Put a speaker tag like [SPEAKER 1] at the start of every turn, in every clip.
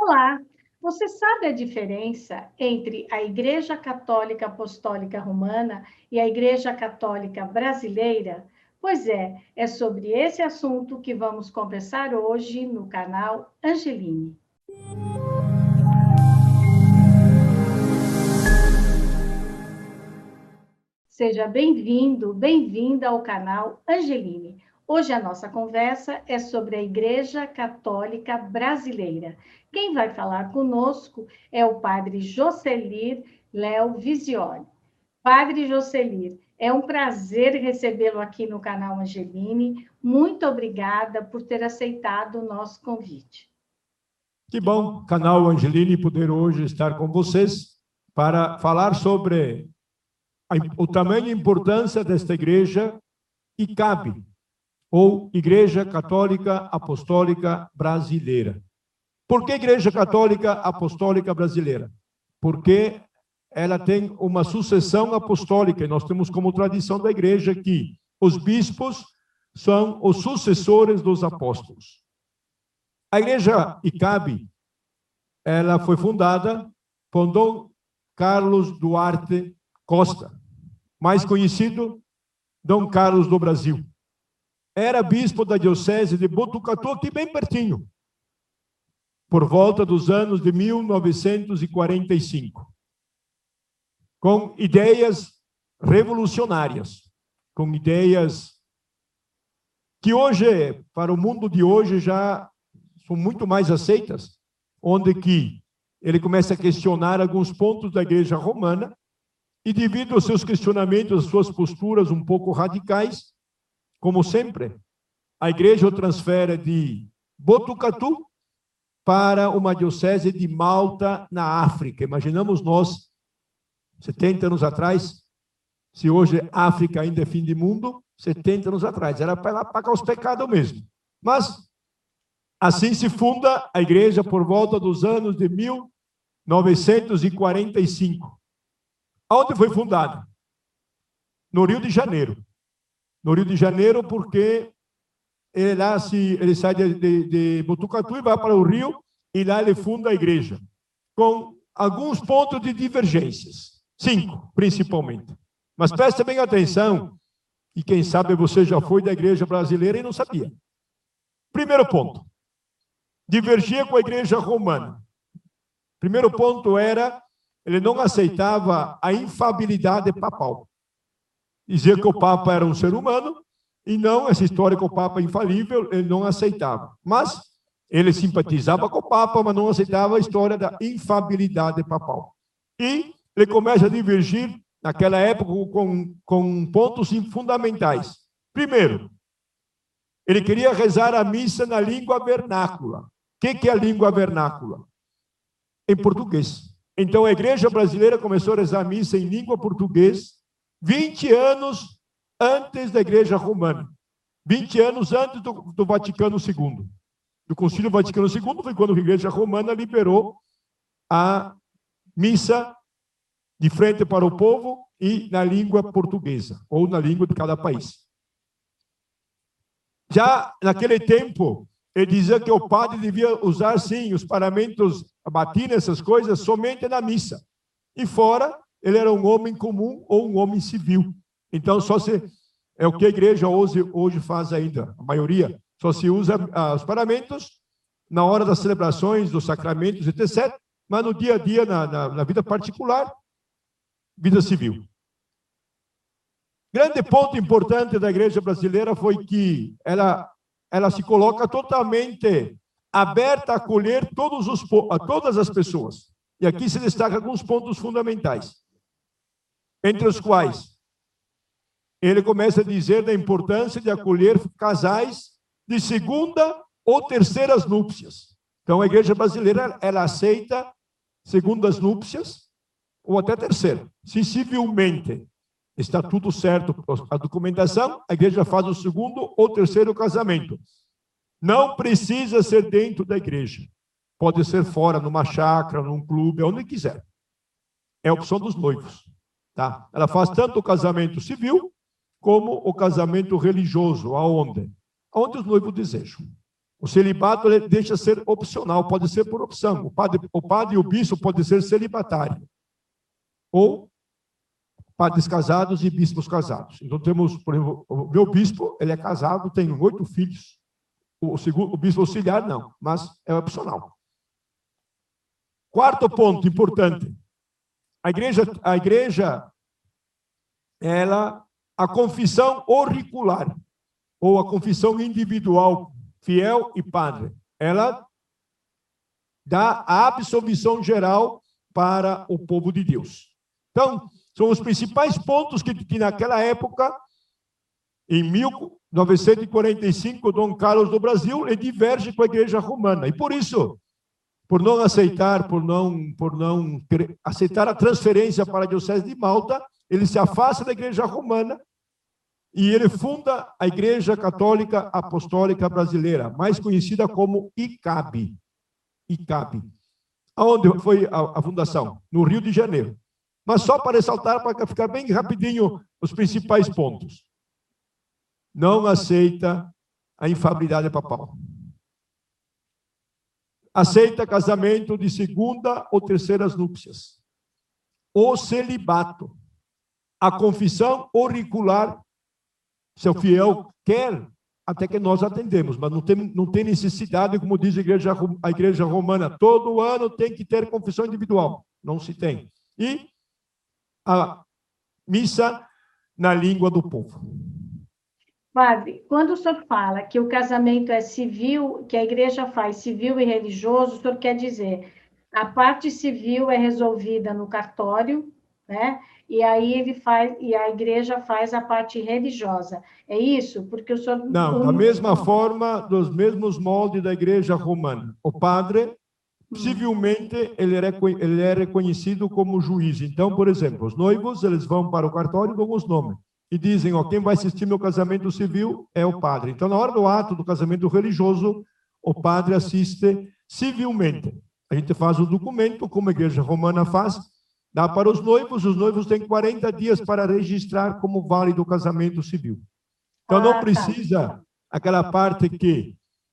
[SPEAKER 1] Olá! Você sabe a diferença entre a Igreja Católica Apostólica Romana e a Igreja Católica Brasileira? Pois é sobre esse assunto que vamos conversar hoje no canal Angeline. Seja bem-vindo, bem-vinda ao canal Angeline. Hoje a nossa conversa é sobre a Igreja Católica Brasileira. Quem vai falar conosco é o Padre Jocelir Léo Visioli. Padre Jocelir, é um prazer recebê-lo aqui no canal Angeline. Muito obrigada por ter aceitado o nosso convite.
[SPEAKER 2] Que bom, canal Angeline, poder hoje estar com vocês para falar sobre o tamanho e importância desta igreja ICAB, ou Igreja Católica Apostólica Brasileira. Por que Igreja Católica Apostólica Brasileira? Porque ela tem uma sucessão apostólica, e nós temos como tradição da igreja que os bispos são os sucessores dos apóstolos. A igreja ICAB, ela foi fundada por Dom Carlos Duarte Costa, mais conhecido Dom Carlos do Brasil. Era bispo da diocese de Botucatu, aqui bem pertinho, por volta dos anos de 1945, com ideias revolucionárias, com ideias que hoje, para o mundo de hoje, já são muito mais aceitas, onde que ele começa a questionar alguns pontos da Igreja Romana, e devido aos seus questionamentos, às suas posturas um pouco radicais, como sempre, a igreja o transfere de Botucatu para uma diocese de Malta, na África. Imaginamos nós, 70 anos atrás, se hoje África ainda é fim de mundo, 70 anos atrás, era para pagar os pecados mesmo. Mas, assim se funda a igreja por volta dos anos de 1945. Onde foi fundada? No Rio de Janeiro. No Rio de Janeiro, porque ele sai de Botucatu e vai para o Rio, e lá ele funda a igreja, com alguns pontos de divergências, 5, principalmente. Mas preste bem atenção, e quem sabe você já foi da igreja brasileira e não sabia. Primeiro ponto, divergia com a igreja romana. Primeiro ponto era, ele não aceitava a infabilidade papal. Dizia que o Papa era um ser humano, e não essa história que o Papa é infalível, ele não aceitava. Mas ele simpatizava com o Papa, mas não aceitava a história da infabilidade papal. E ele começa a divergir, naquela época, com pontos fundamentais. Primeiro, ele queria rezar a missa na língua vernácula. O que é a língua vernácula? Em português. Então, a igreja brasileira começou a rezar a missa em língua portuguesa 20 anos antes da igreja romana. 20 anos antes do Vaticano II. Do Concílio Vaticano II foi quando a igreja romana liberou a missa de frente para o povo e na língua portuguesa, ou na língua de cada país. Já naquele tempo, ele dizia que o padre devia usar, sim, os paramentos, a batina, essas coisas, somente na missa. E fora, ele era um homem comum ou um homem civil. Então, só se... É o que a igreja hoje faz ainda, a maioria. Só se usa os paramentos na hora das celebrações, dos sacramentos, etc. Mas no dia a dia, na vida particular, vida civil. Grande ponto importante da igreja brasileira foi que ela se coloca totalmente aberta a acolher todas as pessoas. E aqui se destaca alguns pontos fundamentais, entre os quais ele começa a dizer da importância de acolher casais de segunda ou terceiras núpcias. Então, a igreja brasileira, ela aceita segundas núpcias ou até terceira. Se civilmente está tudo certo, a documentação, a igreja faz o segundo ou terceiro casamento. Não precisa ser dentro da igreja. Pode ser fora, numa chácara, num clube, onde quiser. É a opção dos noivos. Tá? Ela faz tanto o casamento civil, como o casamento religioso, aonde? Onde os noivos desejam. O celibato ele deixa de ser opcional, pode ser por opção. O padre e o bispo podem ser celibatários. Ou padres casados e bispos casados. Então, temos, por exemplo, o meu bispo, ele é casado, tem 8 filhos. O bispo auxiliar, não, mas é opcional. Quarto ponto importante. A igreja, a confissão auricular, ou a confissão individual, fiel e padre, ela dá a absolvição geral para o povo de Deus. Então, são os principais pontos que naquela época, em 1945, Dom Carlos do Brasil, ele diverge com a Igreja Romana. E por isso, por não aceitar aceitar a transferência para a Diocese de Malta, ele se afasta da Igreja Romana e ele funda a Igreja Católica Apostólica Brasileira, mais conhecida como ICAB. ICAB. Aonde foi a fundação? No Rio de Janeiro. Mas só para ressaltar, para ficar bem rapidinho, os principais pontos. Não aceita a infabilidade papal. Aceita casamento de segunda ou terceiras núpcias. O celibato. A confissão auricular, se o fiel quer, até que nós atendemos, mas não tem necessidade, como diz a igreja romana, todo ano tem que ter confissão individual. Não se tem. E a missa na língua do povo.
[SPEAKER 1] Padre, quando o senhor fala que o casamento é civil, que a igreja faz civil e religioso, o senhor quer dizer, a parte civil é resolvida no cartório, né? E aí a igreja faz a parte religiosa. É isso? Porque o senhor...
[SPEAKER 2] Não, da mesma forma, dos mesmos moldes da igreja romana. O padre, civilmente, ele é reconhecido como juiz. Então, por exemplo, os noivos, eles vão para o cartório e dão os nomes. E dizem, ó, quem vai assistir meu casamento civil é o padre. Então, na hora do ato do casamento religioso, o padre assiste civilmente. A gente faz o documento, como a igreja romana faz, dá para os noivos têm 40 dias para registrar como válido o casamento civil. Então, não precisa aquela parte que...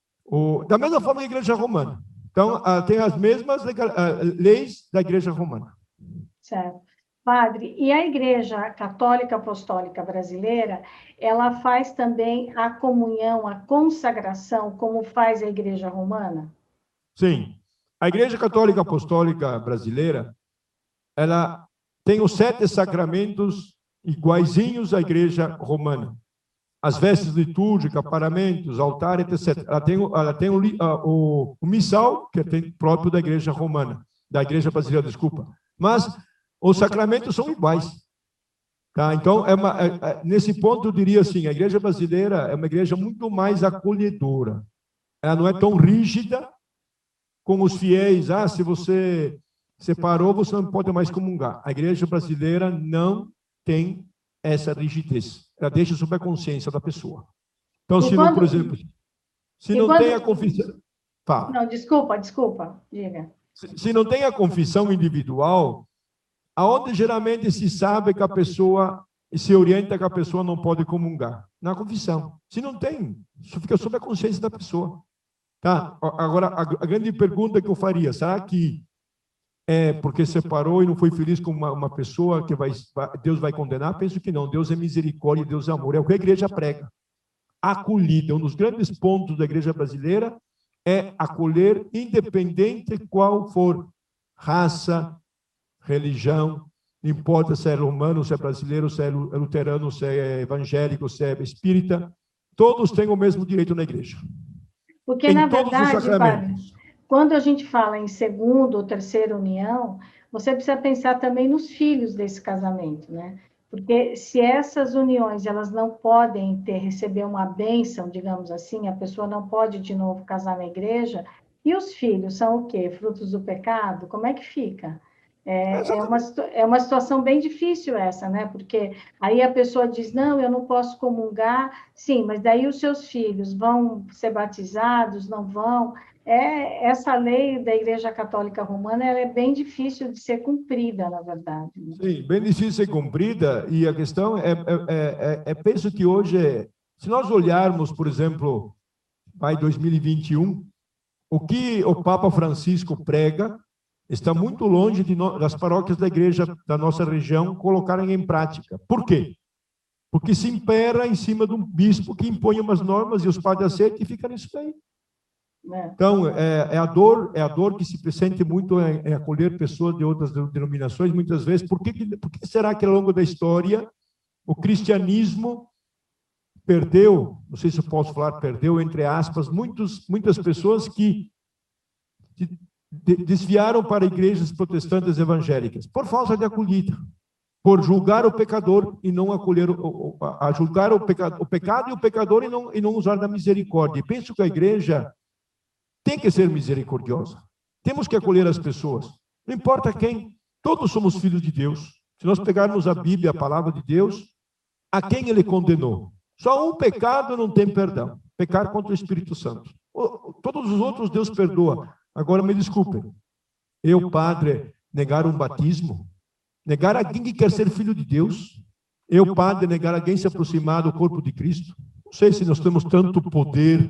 [SPEAKER 2] da mesma forma que a igreja romana. Então, tem as mesmas leis da igreja romana.
[SPEAKER 1] Certo. Padre, e a Igreja Católica Apostólica Brasileira, ela faz também a comunhão, a consagração, como faz a Igreja Romana?
[SPEAKER 2] Sim. A Igreja Católica Apostólica Brasileira, ela tem os 7 sacramentos iguaizinhos à Igreja Romana. As vestes litúrgicas, paramentos, altar, etc. Ela tem o missal, que é próprio da Igreja Romana, da Igreja Brasileira, desculpa. Mas os sacramentos são iguais. Tá? Então, nesse ponto, eu diria assim, a Igreja Brasileira é uma igreja muito mais acolhedora. Ela não é tão rígida com os fiéis. Se você separou, você não pode mais comungar. A Igreja Brasileira não tem essa rigidez. Ela deixa sob a consciência da pessoa. Então, por exemplo, se não tem a confissão... Fala.
[SPEAKER 1] Não, desculpa, diga.
[SPEAKER 2] Se não tem a confissão individual, aonde geralmente se sabe que a pessoa, se orienta que a pessoa não pode comungar? Na confissão. Se não tem, isso fica sob a consciência da pessoa. Tá? Agora, a grande pergunta que eu faria, será que é porque separou e não foi feliz com uma pessoa que Deus vai condenar? Penso que não. Deus é misericórdia, Deus é amor. É o que a igreja prega. Acolhida. Um dos grandes pontos da igreja brasileira é acolher, independente qual for raça, religião, não importa se é romano, se é brasileiro, se é luterano, se é evangélico, se é espírita, todos têm o mesmo direito na igreja.
[SPEAKER 1] Porque, na verdade, padre, quando a gente fala em segunda ou terceira união, você precisa pensar também nos filhos desse casamento, né? Porque se essas uniões, elas não podem receber uma bênção, digamos assim, a pessoa não pode de novo casar na igreja, e os filhos são o quê? Frutos do pecado? Como é que fica? É uma situação bem difícil essa, né? Porque aí a pessoa diz, não, eu não posso comungar. Sim, mas daí os seus filhos vão ser batizados, não vão? Essa lei da Igreja Católica Romana, ela é bem difícil de ser cumprida, na verdade. Né?
[SPEAKER 2] Sim, bem difícil de ser cumprida, e a questão penso que hoje, se nós olharmos, por exemplo, vai 2021, o que o Papa Francisco prega está muito longe das paróquias da igreja da nossa região colocarem em prática. Por quê? Porque se impera em cima de um bispo que impõe umas normas e os padres aceitam e fica nisso aí. Então, é a dor que se sente muito em acolher pessoas de outras denominações, muitas vezes. Por que será que, ao longo da história, o cristianismo perdeu, não sei se eu posso falar perdeu, entre aspas, muitas pessoas que desviaram para igrejas protestantes evangélicas, por falta de acolhida, por julgar o pecador e não acolher, a julgar o pecado e o pecador e não usar da misericórdia. E penso que a igreja tem que ser misericordiosa. Temos que acolher as pessoas. Não importa quem, todos somos filhos de Deus. Se nós pegarmos a Bíblia, a palavra de Deus, a quem ele condenou? Só um pecado não tem perdão. Pecar contra o Espírito Santo. Todos os outros Deus perdoa. Agora me desculpem. Eu, padre, negar um batismo? Negar alguém que quer ser filho de Deus? Eu, padre, negar alguém se aproximar do corpo de Cristo? Não sei se nós temos tanto poder,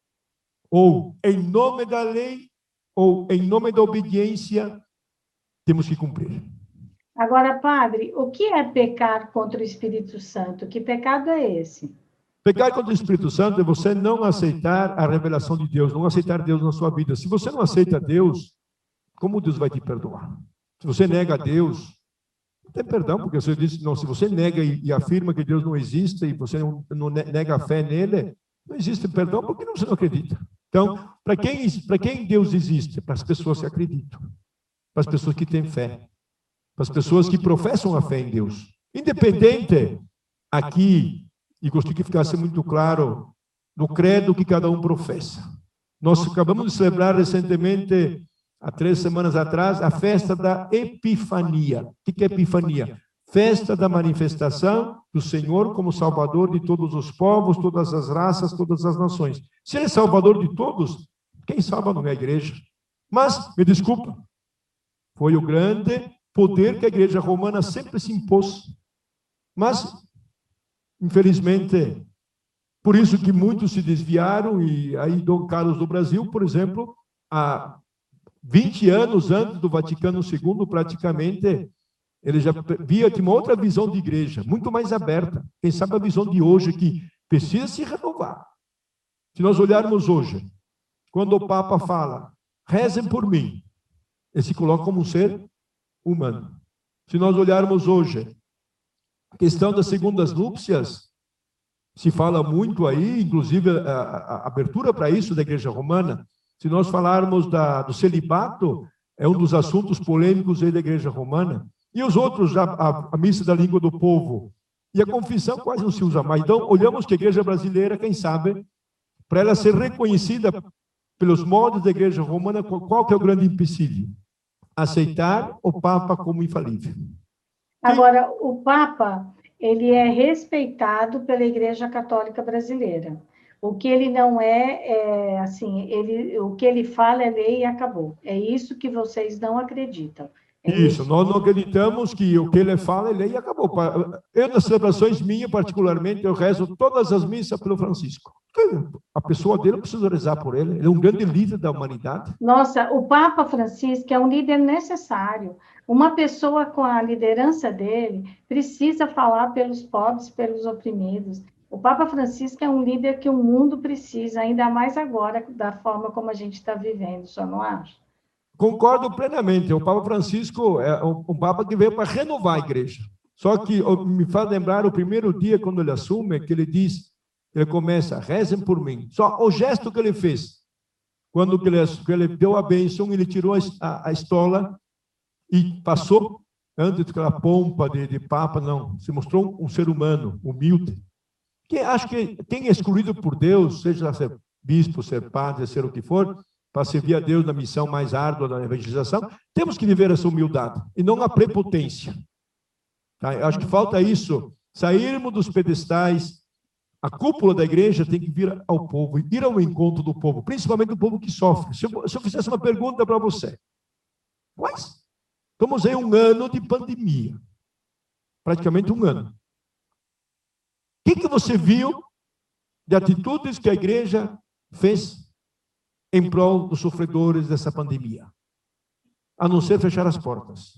[SPEAKER 2] ou em nome da lei, ou em nome da obediência, temos que cumprir.
[SPEAKER 1] Agora, padre, o que é pecar contra o Espírito Santo? Que pecado é esse?
[SPEAKER 2] Pecar contra o Espírito Santo é você não aceitar a revelação de Deus, não aceitar Deus na sua vida. Se você não aceita Deus, como Deus vai te perdoar? Se você nega a Deus, não tem perdão, porque você diz, não, se você nega e afirma que Deus não existe e você não nega a fé nele, não existe perdão porque você não acredita. Então, para quem Deus existe? Para as pessoas que acreditam, para as pessoas que têm fé, para as pessoas que professam a fé em Deus. Independente aqui, e gostaria que ficasse muito claro, do credo que cada um professa. Nós acabamos de celebrar recentemente, há 3 semanas atrás, a festa da Epifania. O que é Epifania? Festa da manifestação do Senhor como Salvador de todos os povos, todas as raças, todas as nações. Se Ele é Salvador de todos, quem salva não é a igreja. Mas, me desculpa, foi o grande poder que a igreja romana sempre se impôs. Mas, infelizmente, por isso que muitos se desviaram, e aí Dom Carlos do Brasil, por exemplo, há 20 anos antes do Vaticano II, praticamente, ele já via uma outra visão de igreja, muito mais aberta. Quem sabe a visão de hoje que precisa se renovar. Se nós olharmos hoje, quando o Papa fala, rezem por mim, ele se coloca como um ser humano. Se nós olharmos hoje, a questão das segundas núpcias, se fala muito aí, inclusive a abertura para isso da Igreja Romana. Se nós falarmos do celibato, é um dos assuntos polêmicos aí da Igreja Romana. E os outros, a missa da língua do povo. E a confissão quase não se usa mais. Então, olhamos que a Igreja brasileira, quem sabe, para ela ser reconhecida pelos moldes da Igreja Romana, qual que é o grande empecilho? Aceitar o Papa como infalível.
[SPEAKER 1] Agora, o Papa, ele é respeitado pela Igreja Católica Brasileira. O que ele não assim, o que ele fala é lei e acabou. É isso que vocês não acreditam.
[SPEAKER 2] Isso, nós não acreditamos que o que ele fala é lei e acabou. Eu, nas celebrações minhas, particularmente, eu rezo todas as missas pelo Francisco. A pessoa dele, eu preciso rezar por ele. Ele é um grande líder da humanidade.
[SPEAKER 1] Nossa, o Papa Francisco é um líder necessário. Uma pessoa com a liderança dele precisa falar pelos pobres, pelos oprimidos. O Papa Francisco é um líder que o mundo precisa, ainda mais agora, da forma como a gente está vivendo, só não acha?
[SPEAKER 2] Concordo plenamente. O Papa Francisco é um Papa que veio para renovar a igreja. Só que me faz lembrar o primeiro dia, quando ele assume, que ele diz, ele começa, rezem por mim. Só o gesto que ele fez, quando ele deu a bênção, ele tirou a estola e passou, antes daquela pompa de Papa, não, se mostrou um ser humano, humilde. Que acho que quem é excluído por Deus, seja ser bispo, ser padre, ser o que for, para servir a Deus na missão mais árdua da evangelização, temos que viver essa humildade, e não a prepotência. Tá? Eu acho que falta isso, sairmos dos pedestais, a cúpula da igreja tem que vir ao povo, ir ao encontro do povo, principalmente do povo que sofre. Se eu fizesse uma pergunta para você, mas estamos em um ano de pandemia, praticamente um ano. O que você viu de atitudes que a igreja fez em prol dos sofredores dessa pandemia? A não ser fechar as portas.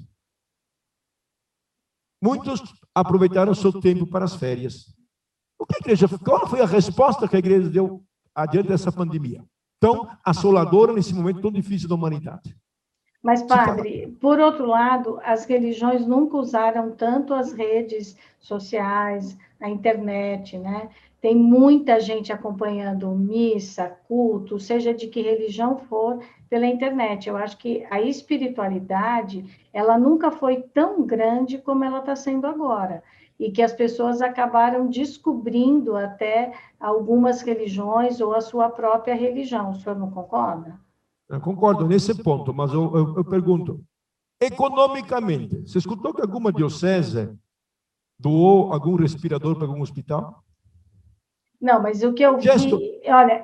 [SPEAKER 2] Muitos aproveitaram seu tempo para as férias. Qual foi a resposta que a igreja deu adiante dessa pandemia tão assoladora nesse momento tão difícil da humanidade?
[SPEAKER 1] Mas, padre, por outro lado, as religiões nunca usaram tanto as redes sociais, a internet, né? Tem muita gente acompanhando missa, culto, seja de que religião for, pela internet. Eu acho que a espiritualidade, ela nunca foi tão grande como ela está sendo agora. E que as pessoas acabaram descobrindo até algumas religiões ou a sua própria religião. O senhor não concorda?
[SPEAKER 2] Eu concordo nesse ponto, mas eu pergunto, economicamente, você escutou que alguma diocese doou algum respirador para algum hospital?
[SPEAKER 1] Não, mas o que eu
[SPEAKER 2] Gesto.
[SPEAKER 1] vi, olha,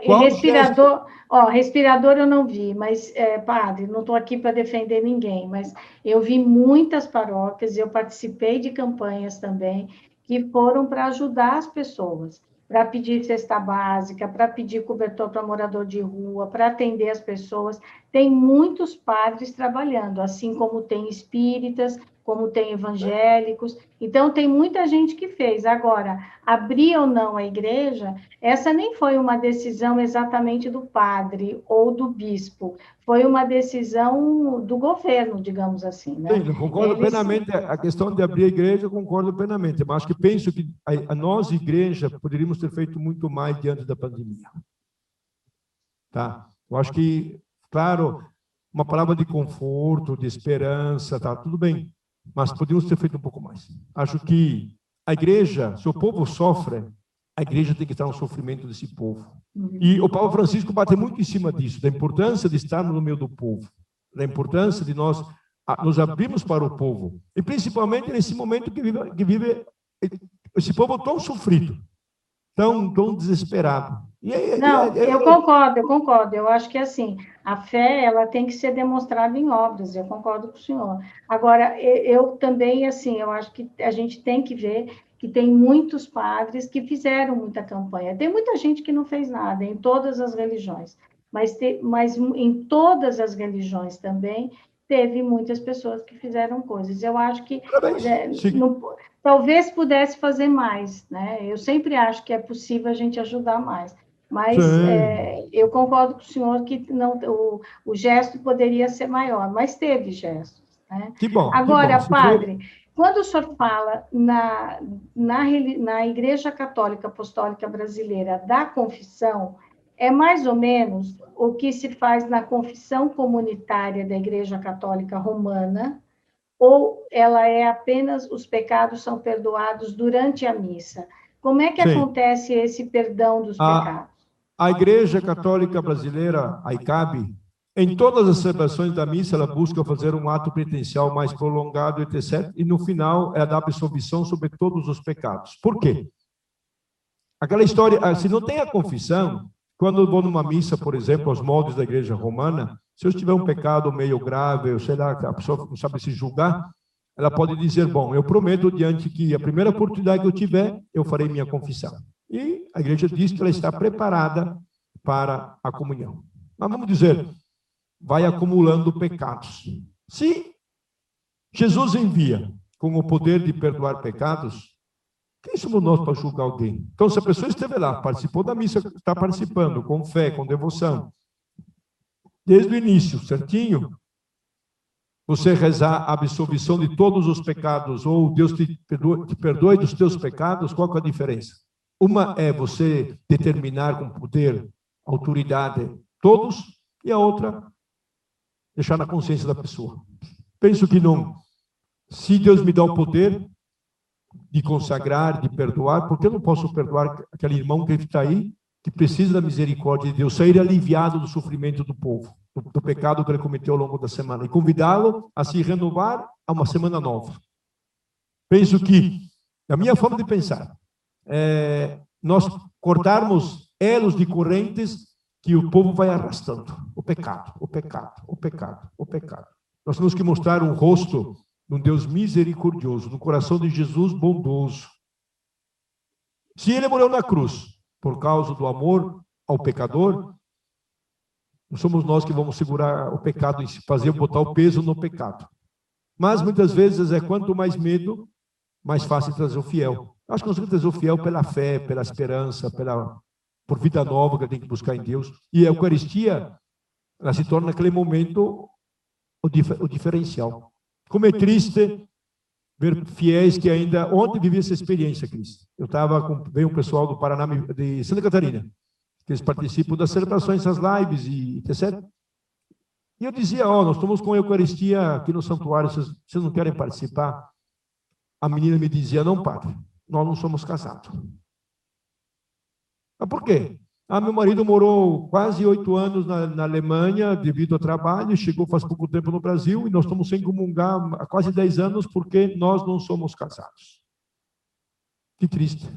[SPEAKER 1] respirador eu não vi, mas, padre, não estou aqui para defender ninguém, mas eu vi muitas paróquias, eu participei de campanhas também, que foram para ajudar as pessoas, para pedir cesta básica, para pedir cobertor para morador de rua, para atender as pessoas. Tem muitos padres trabalhando, assim como tem espíritas, como tem evangélicos. Então, tem muita gente que fez. Agora, abrir ou não a igreja, essa nem foi uma decisão exatamente do padre ou do bispo, foi uma decisão do governo, digamos assim, né?
[SPEAKER 2] Sim, eu concordo plenamente. A questão de abrir a igreja, eu concordo plenamente, mas acho que penso que nós, igreja, poderíamos ter feito muito mais diante da pandemia. Tá? Eu acho que, claro, uma palavra de conforto, de esperança, tá tudo bem, mas podíamos ter feito um pouco mais. Acho que a igreja, se o povo sofre, a igreja tem que estar no sofrimento desse povo. E o Papa Francisco bate muito em cima disso, da importância de estarmos no meio do povo, da importância de nós nos abrirmos para o povo, e principalmente nesse momento que vive esse povo tão sofrido, tão desesperado.
[SPEAKER 1] Eu concordo. Eu acho que, assim, a fé, ela tem que ser demonstrada em obras, eu concordo com o senhor. Agora, eu também, assim, eu acho que a gente tem que ver que tem muitos padres que fizeram muita campanha. Tem muita gente que não fez nada, em todas as religiões, mas em todas as religiões também teve muitas pessoas que fizeram coisas. Eu acho que talvez pudesse fazer mais, né? Eu sempre acho que é possível a gente ajudar mais. Mas eu concordo com o senhor que não, o gesto poderia ser maior, mas teve gestos, né?
[SPEAKER 2] Que bom.
[SPEAKER 1] Agora,
[SPEAKER 2] que bom.
[SPEAKER 1] padre, quando o senhor fala na Igreja Católica Apostólica Brasileira da confissão, é mais ou menos o que se faz na confissão comunitária da Igreja Católica Romana, ou ela é apenas os pecados são perdoados durante a missa? Como é que acontece esse perdão dos pecados?
[SPEAKER 2] A Igreja Católica Brasileira, a ICAB, em todas as celebrações da missa, ela busca fazer um ato penitencial mais prolongado, etc. E no final, ela dá absolvição sobre todos os pecados. Por quê? Aquela história, se não tem a confissão, quando eu vou numa missa, por exemplo, aos moldes da Igreja Romana, se eu tiver um pecado meio grave, ou sei lá, a pessoa não sabe se julgar, ela pode dizer, bom, eu prometo diante que a primeira oportunidade que eu tiver, eu farei minha confissão. E a igreja diz que ela está preparada para a comunhão. Mas vamos dizer, vai acumulando pecados. Se Jesus envia com o poder de perdoar pecados, quem somos nós para julgar alguém? Então, se a pessoa esteve lá, participou da missa, está participando com fé, com devoção, desde o início, certinho, você rezar a absolvição de todos os pecados, ou Deus te perdoe dos teus pecados, qual que é a diferença? Uma é você determinar com poder, autoridade, todos, e a outra, deixar na consciência da pessoa. Penso que não. Se Deus me dá o poder de consagrar, de perdoar, por que eu não posso perdoar aquele irmão que está aí, que precisa da misericórdia de Deus, sair aliviado do sofrimento do povo, do pecado que ele cometeu ao longo da semana, e convidá-lo a se renovar a uma semana nova. Penso que, a minha forma de pensar, nós cortarmos elos de correntes que o povo vai arrastando. O pecado, o pecado, o pecado, o pecado. Nós temos que mostrar um rosto de um Deus misericordioso, no coração de Jesus bondoso. Se ele morreu na cruz por causa do amor ao pecador, Não somos nós que vamos segurar o pecado em si, botar o peso no pecado. Mas, muitas vezes, quanto mais medo, mais fácil trazer o fiel. Acho que nós temos que trazer o fiel pela fé, pela esperança, por vida nova que tem que buscar em Deus. E a Eucaristia, ela se torna, naquele momento, o diferencial. Como é triste ver fiéis que ainda... Ontem vivi essa experiência, Cris. Veio um pessoal do Paraná, de Santa Catarina, que eles participam das celebrações, das lives, e etc. E eu dizia, nós estamos com a Eucaristia aqui no santuário, vocês não querem participar? A menina me dizia, não, padre, nós não somos casados. Mas por quê? Meu marido morou quase 8 anos na Alemanha, devido ao trabalho, chegou faz pouco tempo no Brasil, e nós estamos sem comungar há quase 10 anos, porque nós não somos casados. Que triste.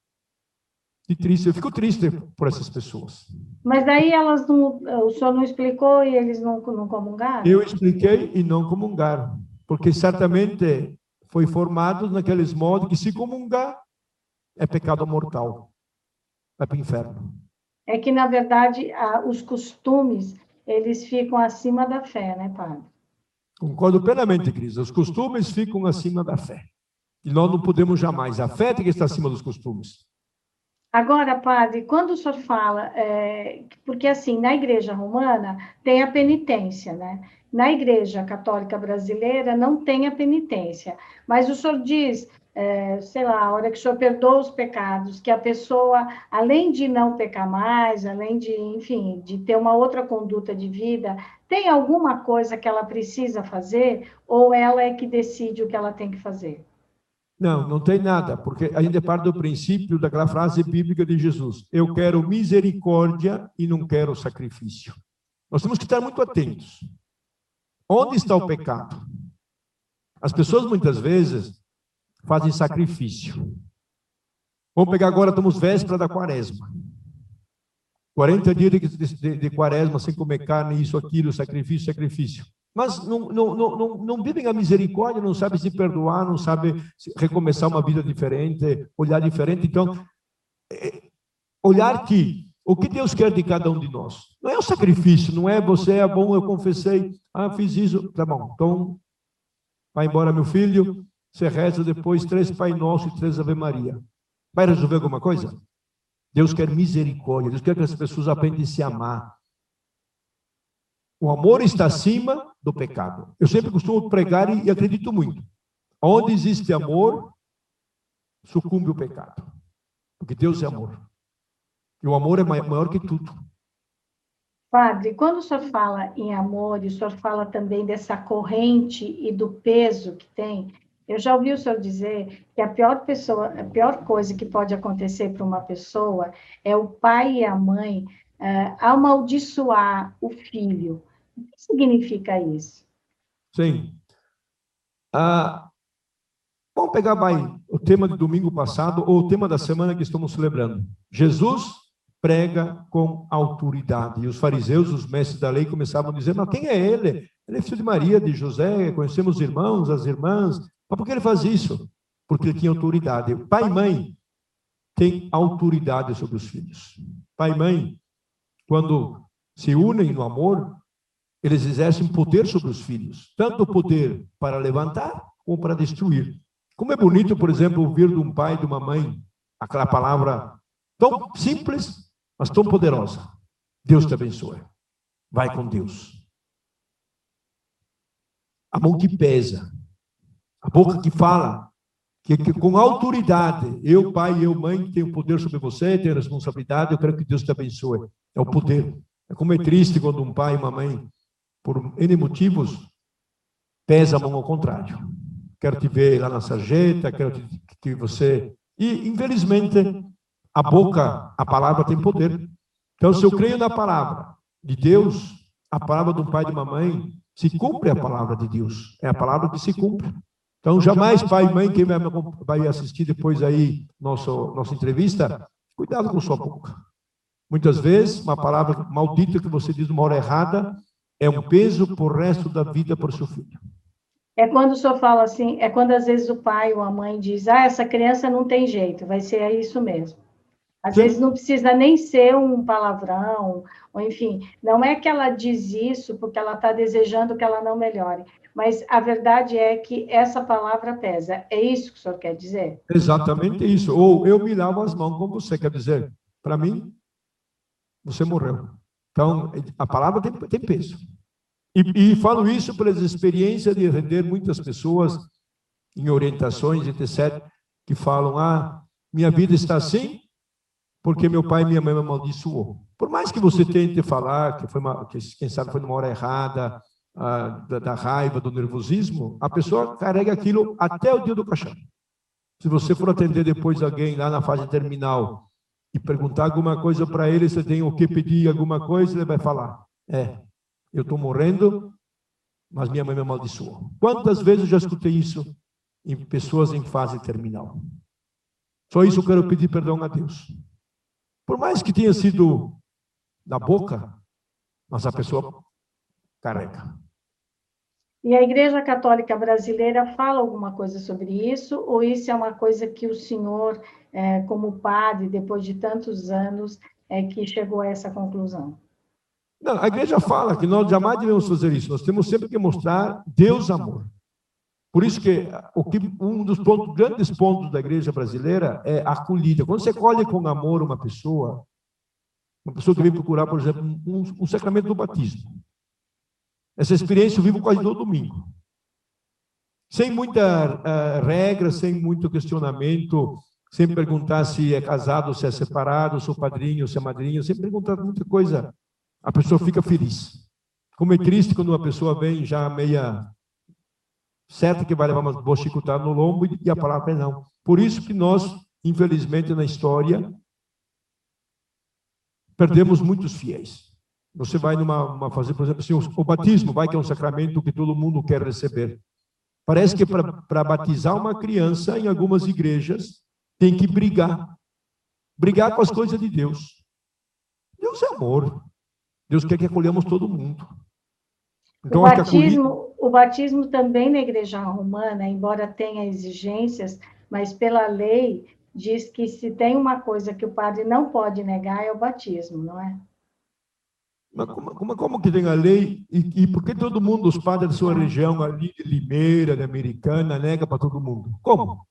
[SPEAKER 2] Que triste, eu fico triste por essas pessoas.
[SPEAKER 1] Mas daí o senhor não explicou e eles não comungaram?
[SPEAKER 2] Eu expliquei e não comungaram, porque certamente foi formado naqueles modos que se comungar é pecado mortal, vai para o inferno.
[SPEAKER 1] É que, na verdade, os costumes, eles ficam acima da fé, né, padre?
[SPEAKER 2] Concordo plenamente, Cris. Os costumes ficam acima da fé. E nós não podemos jamais. A fé tem que estar acima dos costumes.
[SPEAKER 1] Agora, padre, quando o senhor fala... porque, assim, na Igreja Romana tem a penitência, né? Na Igreja Católica Brasileira não tem a penitência. Mas o senhor diz... sei lá, a hora que o senhor perdoa os pecados, que a pessoa, além de não pecar mais, além de, enfim, de ter uma outra conduta de vida, tem alguma coisa que ela precisa fazer, ou ela é que decide o que ela tem que fazer?
[SPEAKER 2] Não, não tem nada, porque a gente parte do princípio daquela frase bíblica de Jesus: eu quero misericórdia e não quero sacrifício. Nós temos que estar muito atentos. Onde está o pecado? As pessoas, muitas vezes, fazem sacrifício. Vamos pegar agora, estamos véspera da quaresma. 40 dias de quaresma, sem comer carne, isso, aquilo, sacrifício. Mas não vivem a misericórdia, não sabem se perdoar, não sabem recomeçar uma vida diferente, olhar diferente. Então, olhar que o que Deus quer de cada um de nós. Não é o sacrifício, não é você é bom, eu confessei, fiz isso, tá bom. Então, vai embora, meu filho. Você reza depois 3 Pai Nosso e 3 Ave Maria. Vai resolver alguma coisa? Deus quer misericórdia. Deus quer que as pessoas aprendam a se amar. O amor está acima do pecado. Eu sempre costumo pregar e acredito muito. Onde existe amor, sucumbe o pecado. Porque Deus é amor. E o amor é maior que tudo.
[SPEAKER 1] Padre, quando o senhor fala em amor, e o senhor fala também dessa corrente e do peso que tem... Eu já ouvi o senhor dizer que a pior coisa que pode acontecer para uma pessoa é o pai e a mãe amaldiçoar o filho. O que significa isso?
[SPEAKER 2] Sim. Vamos pegar o tema do domingo passado, ou o tema da semana que estamos celebrando. Jesus prega com autoridade. E os fariseus, os mestres da lei, começavam a dizer: mas quem é ele? Ele é filho de Maria, de José, conhecemos os irmãos, as irmãs. Mas por que ele faz isso? Porque ele tinha autoridade. Pai e mãe têm autoridade sobre os filhos. Pai e mãe, quando se unem no amor, eles exercem poder sobre os filhos. Tanto o poder para levantar, como para destruir. Como é bonito, por exemplo, ouvir de um pai e de uma mãe aquela palavra tão simples, mas tão poderosa: Deus te abençoe. Vai com Deus. A mão que pesa. A boca que fala, que com autoridade, eu, pai, eu, mãe, tenho poder sobre você, tenho responsabilidade, eu quero que Deus te abençoe. É o poder. É como é triste quando um pai e uma mãe, por N motivos, pesa a mão ao contrário. Quero te ver lá na sarjeta, quero que você... E, infelizmente, a boca, a palavra tem poder. Então, se eu creio na palavra de Deus, a palavra de um pai e de uma mãe, se cumpre a palavra de Deus. É a palavra que se cumpre. Então, jamais, pai e mãe, quem vai assistir depois aí nossa entrevista, cuidado com sua boca. Muitas vezes, uma palavra maldita que você diz numa hora errada é um peso por resto da vida para o seu filho.
[SPEAKER 1] É quando o senhor fala assim, é quando às vezes o pai ou a mãe diz: essa criança não tem jeito, vai ser isso mesmo. Às vezes não precisa nem ser um palavrão, ou enfim, não é que ela diz isso porque ela está desejando que ela não melhore, mas a verdade é que essa palavra pesa. É isso que o senhor quer dizer?
[SPEAKER 2] Exatamente isso. Ou eu me lavo as mãos com você, quer dizer, para mim, você morreu. Então, a palavra tem peso. E falo isso pelas experiências de atender muitas pessoas em orientações, etc., que falam, minha vida está assim porque meu pai e minha mãe me amaldiçoou. Por mais que você tente falar que quem sabe foi numa hora errada, da raiva, do nervosismo, a pessoa carrega aquilo até o dia do caixão. Se você for atender depois alguém lá na fase terminal e perguntar alguma coisa para ele, você tem o que pedir alguma coisa, ele vai falar, eu estou morrendo, mas minha mãe me amaldiçoou. Quantas vezes eu já escutei isso em pessoas em fase terminal? Só isso eu quero pedir perdão a Deus. Por mais que tenha sido da boca, mas a pessoa carrega.
[SPEAKER 1] E a Igreja Católica Brasileira fala alguma coisa sobre isso? Ou isso é uma coisa que o senhor, como padre, depois de tantos anos, que chegou a essa conclusão?
[SPEAKER 2] Não, a igreja fala que nós jamais devemos fazer isso. Nós temos sempre que mostrar Deus amor. Por isso que um dos grandes pontos da igreja brasileira é a acolhida. Quando você acolhe com amor uma pessoa que vem procurar, por exemplo, um sacramento do batismo. Essa experiência eu vivo quase todo domingo. Sem muita regra, sem muito questionamento, sem perguntar se é casado, se é separado, se é padrinho, se é madrinha, sem perguntar muita coisa. A pessoa fica feliz. Como é triste quando uma pessoa vem já meia certa que vai levar uma boa chicotada no lombo e a palavra é não. Por isso que nós, infelizmente, na história, perdemos muitos fiéis. Você vai fazer, por exemplo, assim, o batismo, que é um sacramento que todo mundo quer receber. Parece que para batizar uma criança, em algumas igrejas, tem que brigar. Brigar com as coisas de Deus. Deus é amor. Deus quer que acolhamos todo mundo.
[SPEAKER 1] Então, o batismo também na Igreja Romana, embora tenha exigências, mas pela lei diz que se tem uma coisa que o padre não pode negar é o batismo, não é?
[SPEAKER 2] Mas como que tem a lei? E por que todo mundo, os padres da sua região, ali de Limeira, de Americana, nega para todo mundo? Como?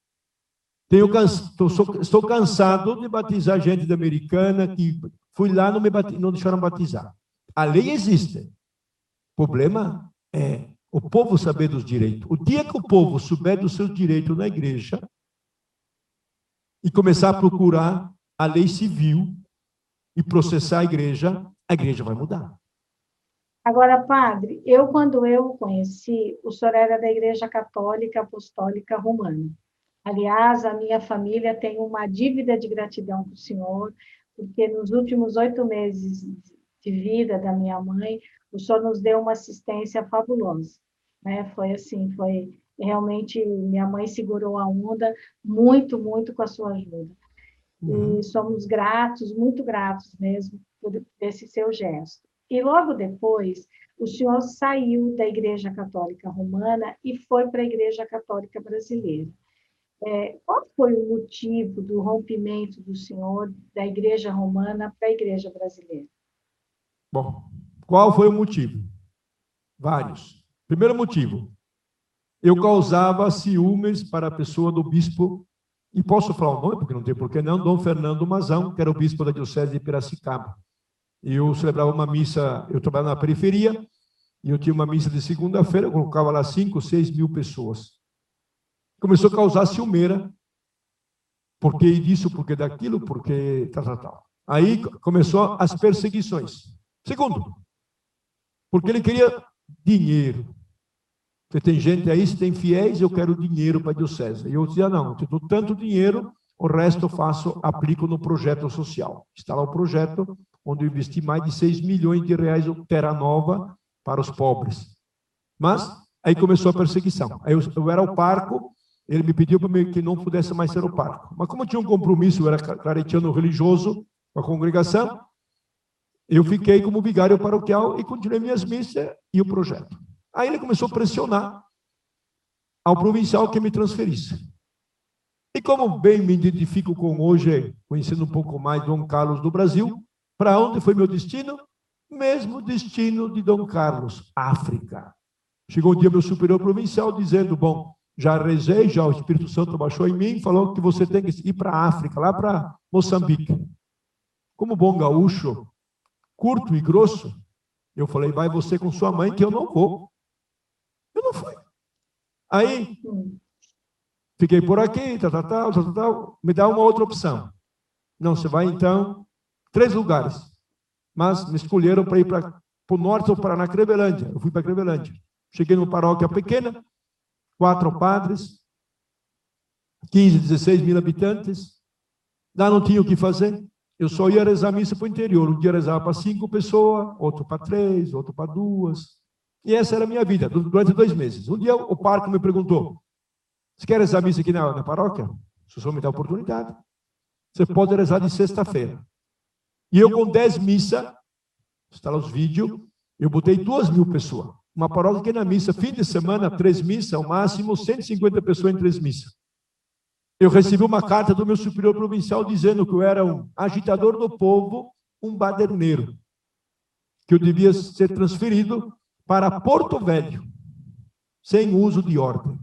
[SPEAKER 2] Estou cansado de batizar gente da Americana que fui lá e não deixaram batizar. A lei existe. O problema é o povo saber dos direitos. O dia que o povo souber dos seus direitos na igreja e começar a procurar a lei civil e processar a igreja vai mudar.
[SPEAKER 1] Agora, padre, quando eu o conheci, o senhor era da Igreja Católica Apostólica Romana. Aliás, a minha família tem uma dívida de gratidão para o senhor, porque nos últimos 8 meses de vida da minha mãe, o senhor nos deu uma assistência fabulosa, né? Foi assim, foi realmente, minha mãe segurou a onda muito, muito com a sua ajuda. E somos gratos, muito gratos mesmo, por esse seu gesto. E logo depois, o senhor saiu da Igreja Católica Romana e foi para a Igreja Católica Brasileira. Qual foi o motivo do rompimento do senhor da Igreja Romana para a Igreja Brasileira?
[SPEAKER 2] Bom, qual foi o motivo? Vários. Primeiro motivo, eu causava ciúmes para a pessoa do bispo, e posso falar o nome, porque não tem porquê não, Dom Fernando Mazão, que era o bispo da Diocese de Piracicaba. Eu celebrava uma missa, eu trabalhava na periferia, e eu tinha uma missa de segunda-feira, eu colocava lá 5, 6 mil pessoas. Começou a causar ciumeira, porque disso, porque daquilo, porque tal. Aí começou as perseguições. Segundo, porque ele queria dinheiro. Você tem gente aí, se tem fiéis, eu quero dinheiro para a diocese. E eu dizia, não, eu te dou tanto dinheiro, o resto eu aplico no projeto social. Está lá o projeto, onde eu investi mais de 6 milhões de reais em Terra Nova para os pobres. Mas aí começou a perseguição. Aí eu era o parco, ele me pediu que não pudesse mais ser o parco. Mas como eu tinha um compromisso, eu era claretiano religioso com a congregação, eu fiquei como vigário paroquial e continuei minhas missas e o projeto. Aí ele começou a pressionar ao provincial que me transferisse. E como bem me identifico com hoje, conhecendo um pouco mais Dom Carlos do Brasil, para onde foi meu destino? Mesmo destino de Dom Carlos, África. Chegou um dia meu superior provincial dizendo, bom, já rezei, já o Espírito Santo baixou em mim, falou que você tem que ir para a África, lá para Moçambique. Como bom gaúcho, curto e grosso, eu falei, vai você com sua mãe, que eu não vou. Eu não fui. Aí, fiquei por aqui, tal, me dá uma outra opção. Não, você vai então, 3 lugares. Mas me escolheram para ir para o norte ou Paraná, Crevelândia. Eu fui para Crevelândia. Cheguei numa paróquia pequena, 4 padres, 15, 16 mil habitantes. Lá não tinha o que fazer. Eu só ia rezar missa para o interior. Um dia rezava para 5 pessoas, outro para 3, outro para 2. E essa era a minha vida, durante 2 meses. Um dia o parco me perguntou, você quer rezar missa aqui na paróquia? Se o senhor me dá a oportunidade. Você pode rezar de sexta-feira. E eu com 10 missas, está lá os vídeos, eu botei 2.000 pessoas. Uma paróquia que na missa, fim de semana, 3 missas, ao máximo 150 pessoas em 3 missas. Eu recebi uma carta do meu superior provincial dizendo que eu era um agitador do povo, um baderneiro, que eu devia ser transferido para Porto Velho, sem uso de ordem.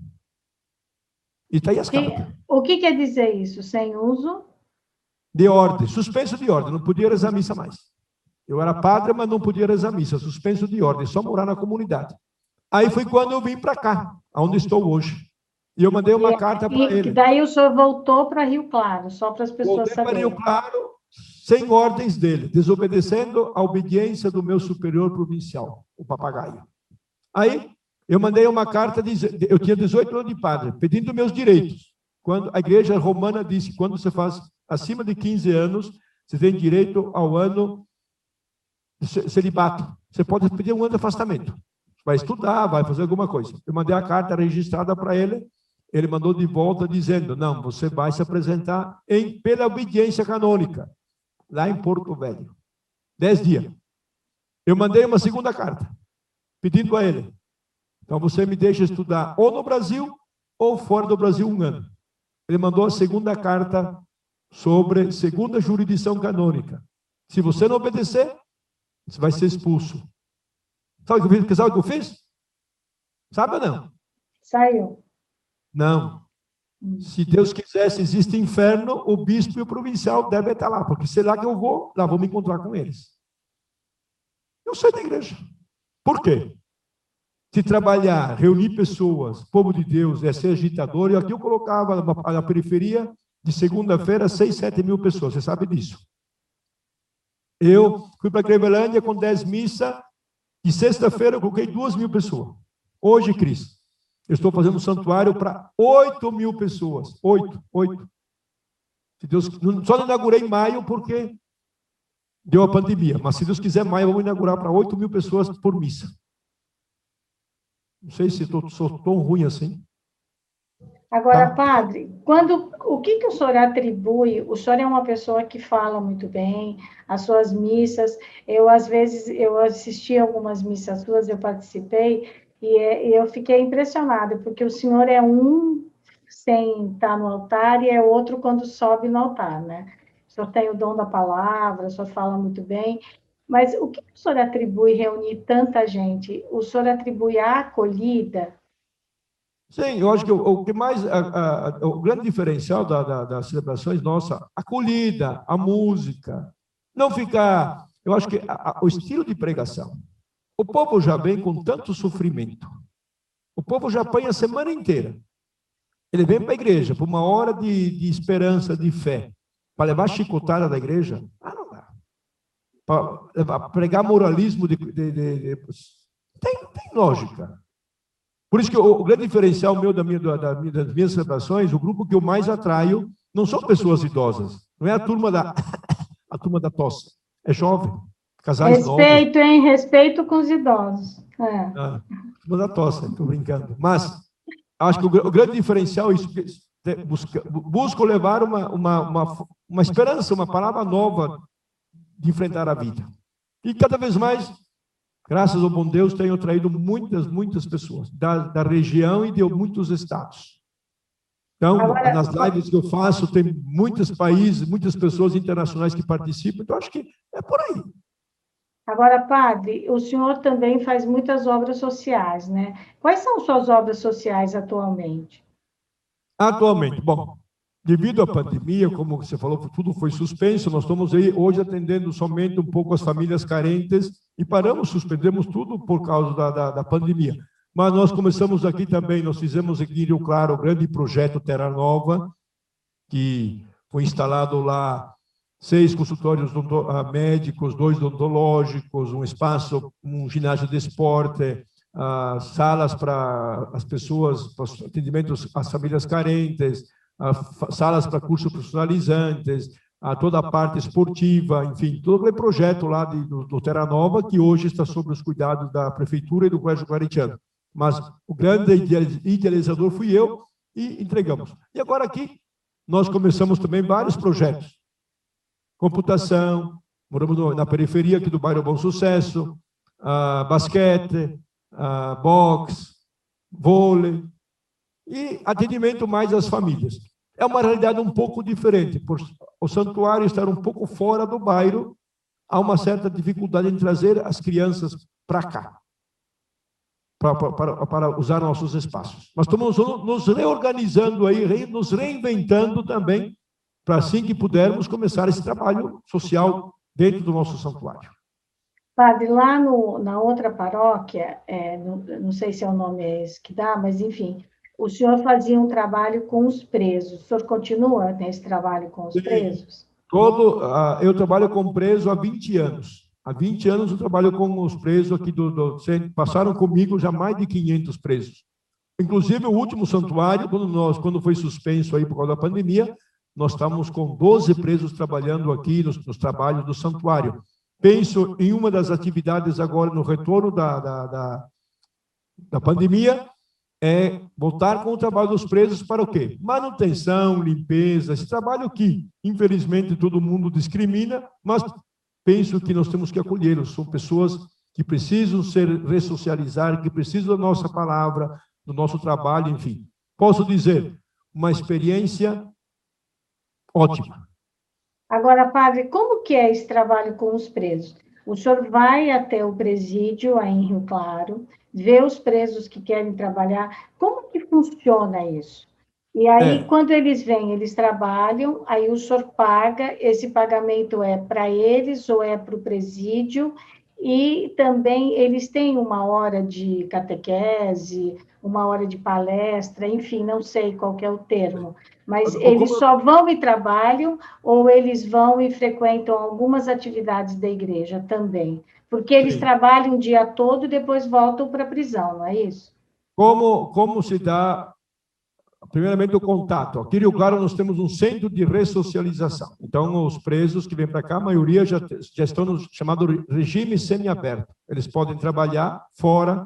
[SPEAKER 2] E está aí as cartas.
[SPEAKER 1] O que quer dizer isso? Sem uso?
[SPEAKER 2] De ordem, suspenso de ordem, não podia rezar missa mais. Eu era padre, mas não podia rezar missa, suspenso de ordem, só morar na comunidade. Aí foi quando eu vim para cá, onde estou hoje. E eu mandei uma carta para ele.
[SPEAKER 1] Daí o senhor voltou para Rio Claro, só para as pessoas
[SPEAKER 2] saberem. Voltei para Rio Claro, sem ordens dele, desobedecendo a obediência do meu superior provincial, o papagaio. Aí eu mandei uma carta, eu tinha 18 anos de padre, pedindo meus direitos. Quando a igreja romana disse que quando você faz acima de 15 anos, você tem direito ao ano de celibato. Você pode pedir um ano de afastamento. Vai estudar, vai fazer alguma coisa. Eu mandei a carta registrada para ele, ele mandou de volta dizendo, não, você vai se apresentar pela obediência canônica, lá em Porto Velho. 10 dias. Eu mandei uma segunda carta, pedindo a ele, então você me deixa estudar ou no Brasil ou fora do Brasil 1 ano. Ele mandou a segunda carta sobre segunda jurisdição canônica. Se você não obedecer, você vai ser expulso. Sabe o que eu fiz? Sabe ou não?
[SPEAKER 1] Saiu.
[SPEAKER 2] Não. Se Deus quisesse, existe inferno, o bispo e o provincial devem estar lá, porque sei lá que eu vou, lá vou me encontrar com eles. Eu saí da igreja. Por quê? Se trabalhar, reunir pessoas, povo de Deus, é ser agitador, e aqui eu colocava na periferia, de segunda-feira, 6, 7 mil pessoas, você sabe disso. Eu fui para Crevelândia com 10 missas, e sexta-feira eu coloquei 2.000 pessoas. Hoje, Cris, eu estou fazendo um santuário para 8.000 pessoas. 8. Se Deus, só não inaugurei em maio porque deu a pandemia, mas se Deus quiser, maio eu vou inaugurar para 8.000 pessoas por missa. Não sei se sou tão ruim assim.
[SPEAKER 1] Agora, padre, o que o senhor atribui? O senhor é uma pessoa que fala muito bem, as suas missas. Às vezes, eu assisti algumas missas suas, eu participei, e eu fiquei impressionada, porque o senhor é um sem estar no altar e é outro quando sobe no altar, né? O senhor tem o dom da palavra, o senhor fala muito bem. Mas o que o senhor atribui reunir tanta gente? O senhor atribui a acolhida?
[SPEAKER 2] Sim, eu acho que o que mais, o grande diferencial das celebrações nossa, a acolhida, a música, não ficar, eu acho que o estilo de pregação. O povo já vem com tanto sofrimento. O povo já apanha a semana inteira. Ele vem para a igreja, por 1 hora de esperança, de fé, para levar a chicotada da igreja, não dá. Para pregar moralismo, tem lógica. Por isso que o grande diferencial meu das minhas celebrações, o grupo que eu mais atraio, não são pessoas idosas, não é a turma da tosse, é jovem, casais novos.
[SPEAKER 1] Respeito, hein? Respeito com os idosos.
[SPEAKER 2] Turma da tosse, estou brincando. Mas acho que o grande diferencial é isso, busco levar uma esperança, uma palavra nova de enfrentar a vida. E cada vez mais, graças ao bom Deus, tenho traído muitas pessoas da região e de muitos estados. Então, nas lives que eu faço, tem muitos países, muitas pessoas internacionais que participam, então acho que é por aí.
[SPEAKER 1] Agora, padre, o senhor também faz muitas obras sociais, né? Quais são suas obras sociais atualmente?
[SPEAKER 2] Atualmente, bom, devido à pandemia, como você falou, tudo foi suspenso, nós estamos aí hoje atendendo somente um pouco as famílias carentes e suspendemos tudo por causa da pandemia. Mas nós começamos aqui também, nós fizemos aqui em Rio Claro o grande projeto Terra Nova, que foi instalado lá 6 consultórios médicos, 2 odontológicos, um espaço, um ginásio de esporte, salas para as pessoas, para os atendimentos às famílias carentes, salas para cursos profissionalizantes, toda a parte esportiva, enfim, todo aquele projeto lá do Terra Nova, que hoje está sob os cuidados da Prefeitura e do Colégio Claretiano. Mas o grande idealizador fui eu e entregamos. E agora aqui, nós começamos também vários projetos. Computação, moramos na periferia aqui do bairro Bom Sucesso, basquete, boxe, vôlei, e atendimento mais às famílias. É uma realidade um pouco diferente, por o santuário estar um pouco fora do bairro, há uma certa dificuldade em trazer as crianças para cá, para usar nossos espaços. Nós estamos nos reorganizando aí, nos reinventando também, para assim que pudermos começar esse trabalho social dentro do nosso santuário.
[SPEAKER 1] Padre, lá na outra paróquia, não sei se é o nome esse que dá, mas enfim, o senhor fazia um trabalho com os presos. O senhor continua nesse trabalho com os presos?
[SPEAKER 2] Eu trabalho com preso há 20 anos. Há 20 anos eu trabalho com os presos aqui do centro. Passaram comigo já mais de 500 presos. Inclusive, o último santuário, quando foi suspenso aí por causa da pandemia, nós estávamos com 12 presos trabalhando aqui nos trabalhos do santuário. Penso em uma das atividades agora no retorno da pandemia, é voltar com o trabalho dos presos para o quê? Manutenção, limpeza, esse trabalho que, infelizmente, todo mundo discrimina, mas penso que nós temos que acolhê-los. São pessoas que precisam ser ressocializadas, que precisam da nossa palavra, do nosso trabalho, enfim. Posso dizer, uma experiência ótima.
[SPEAKER 1] Agora, padre, como que é esse trabalho com os presos? O senhor vai até o presídio, aí em Rio Claro, vê os presos que querem trabalhar. Como que funciona isso? E aí, quando eles vêm, eles trabalham, aí o senhor paga, esse pagamento é para eles ou é para o presídio, e também eles têm uma hora de catequese, uma hora de palestra, enfim, não sei qual que é o termo, mas eles só vão e trabalham ou eles vão e frequentam algumas atividades da igreja também? Porque eles trabalham o dia todo e depois voltam para a prisão, não é isso?
[SPEAKER 2] Como se dá, primeiramente, o contato? Aqui em Rio Claro nós temos um centro de ressocialização. Então, os presos que vêm para cá, a maioria já estão no chamado regime semiaberto. Eles podem trabalhar fora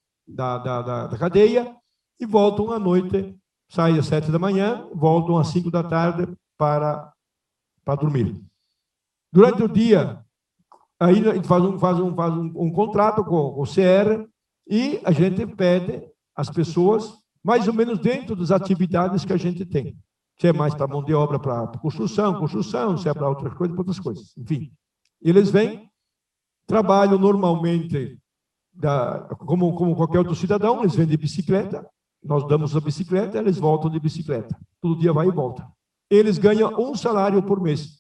[SPEAKER 2] da cadeia e voltam à noite, saem às 7 da manhã, voltam às 5 da tarde para dormir. Durante o dia, aí a gente faz um contrato com o CR e a gente pede às pessoas mais ou menos dentro das atividades que a gente tem. Se é mais para mão de obra, para construção, se é para outras coisas, enfim. Eles vêm, trabalham normalmente como qualquer outro cidadão, eles vêm de bicicleta, nós damos a bicicleta, eles voltam de bicicleta. Todo dia vai e volta. Eles ganham um salário por mês.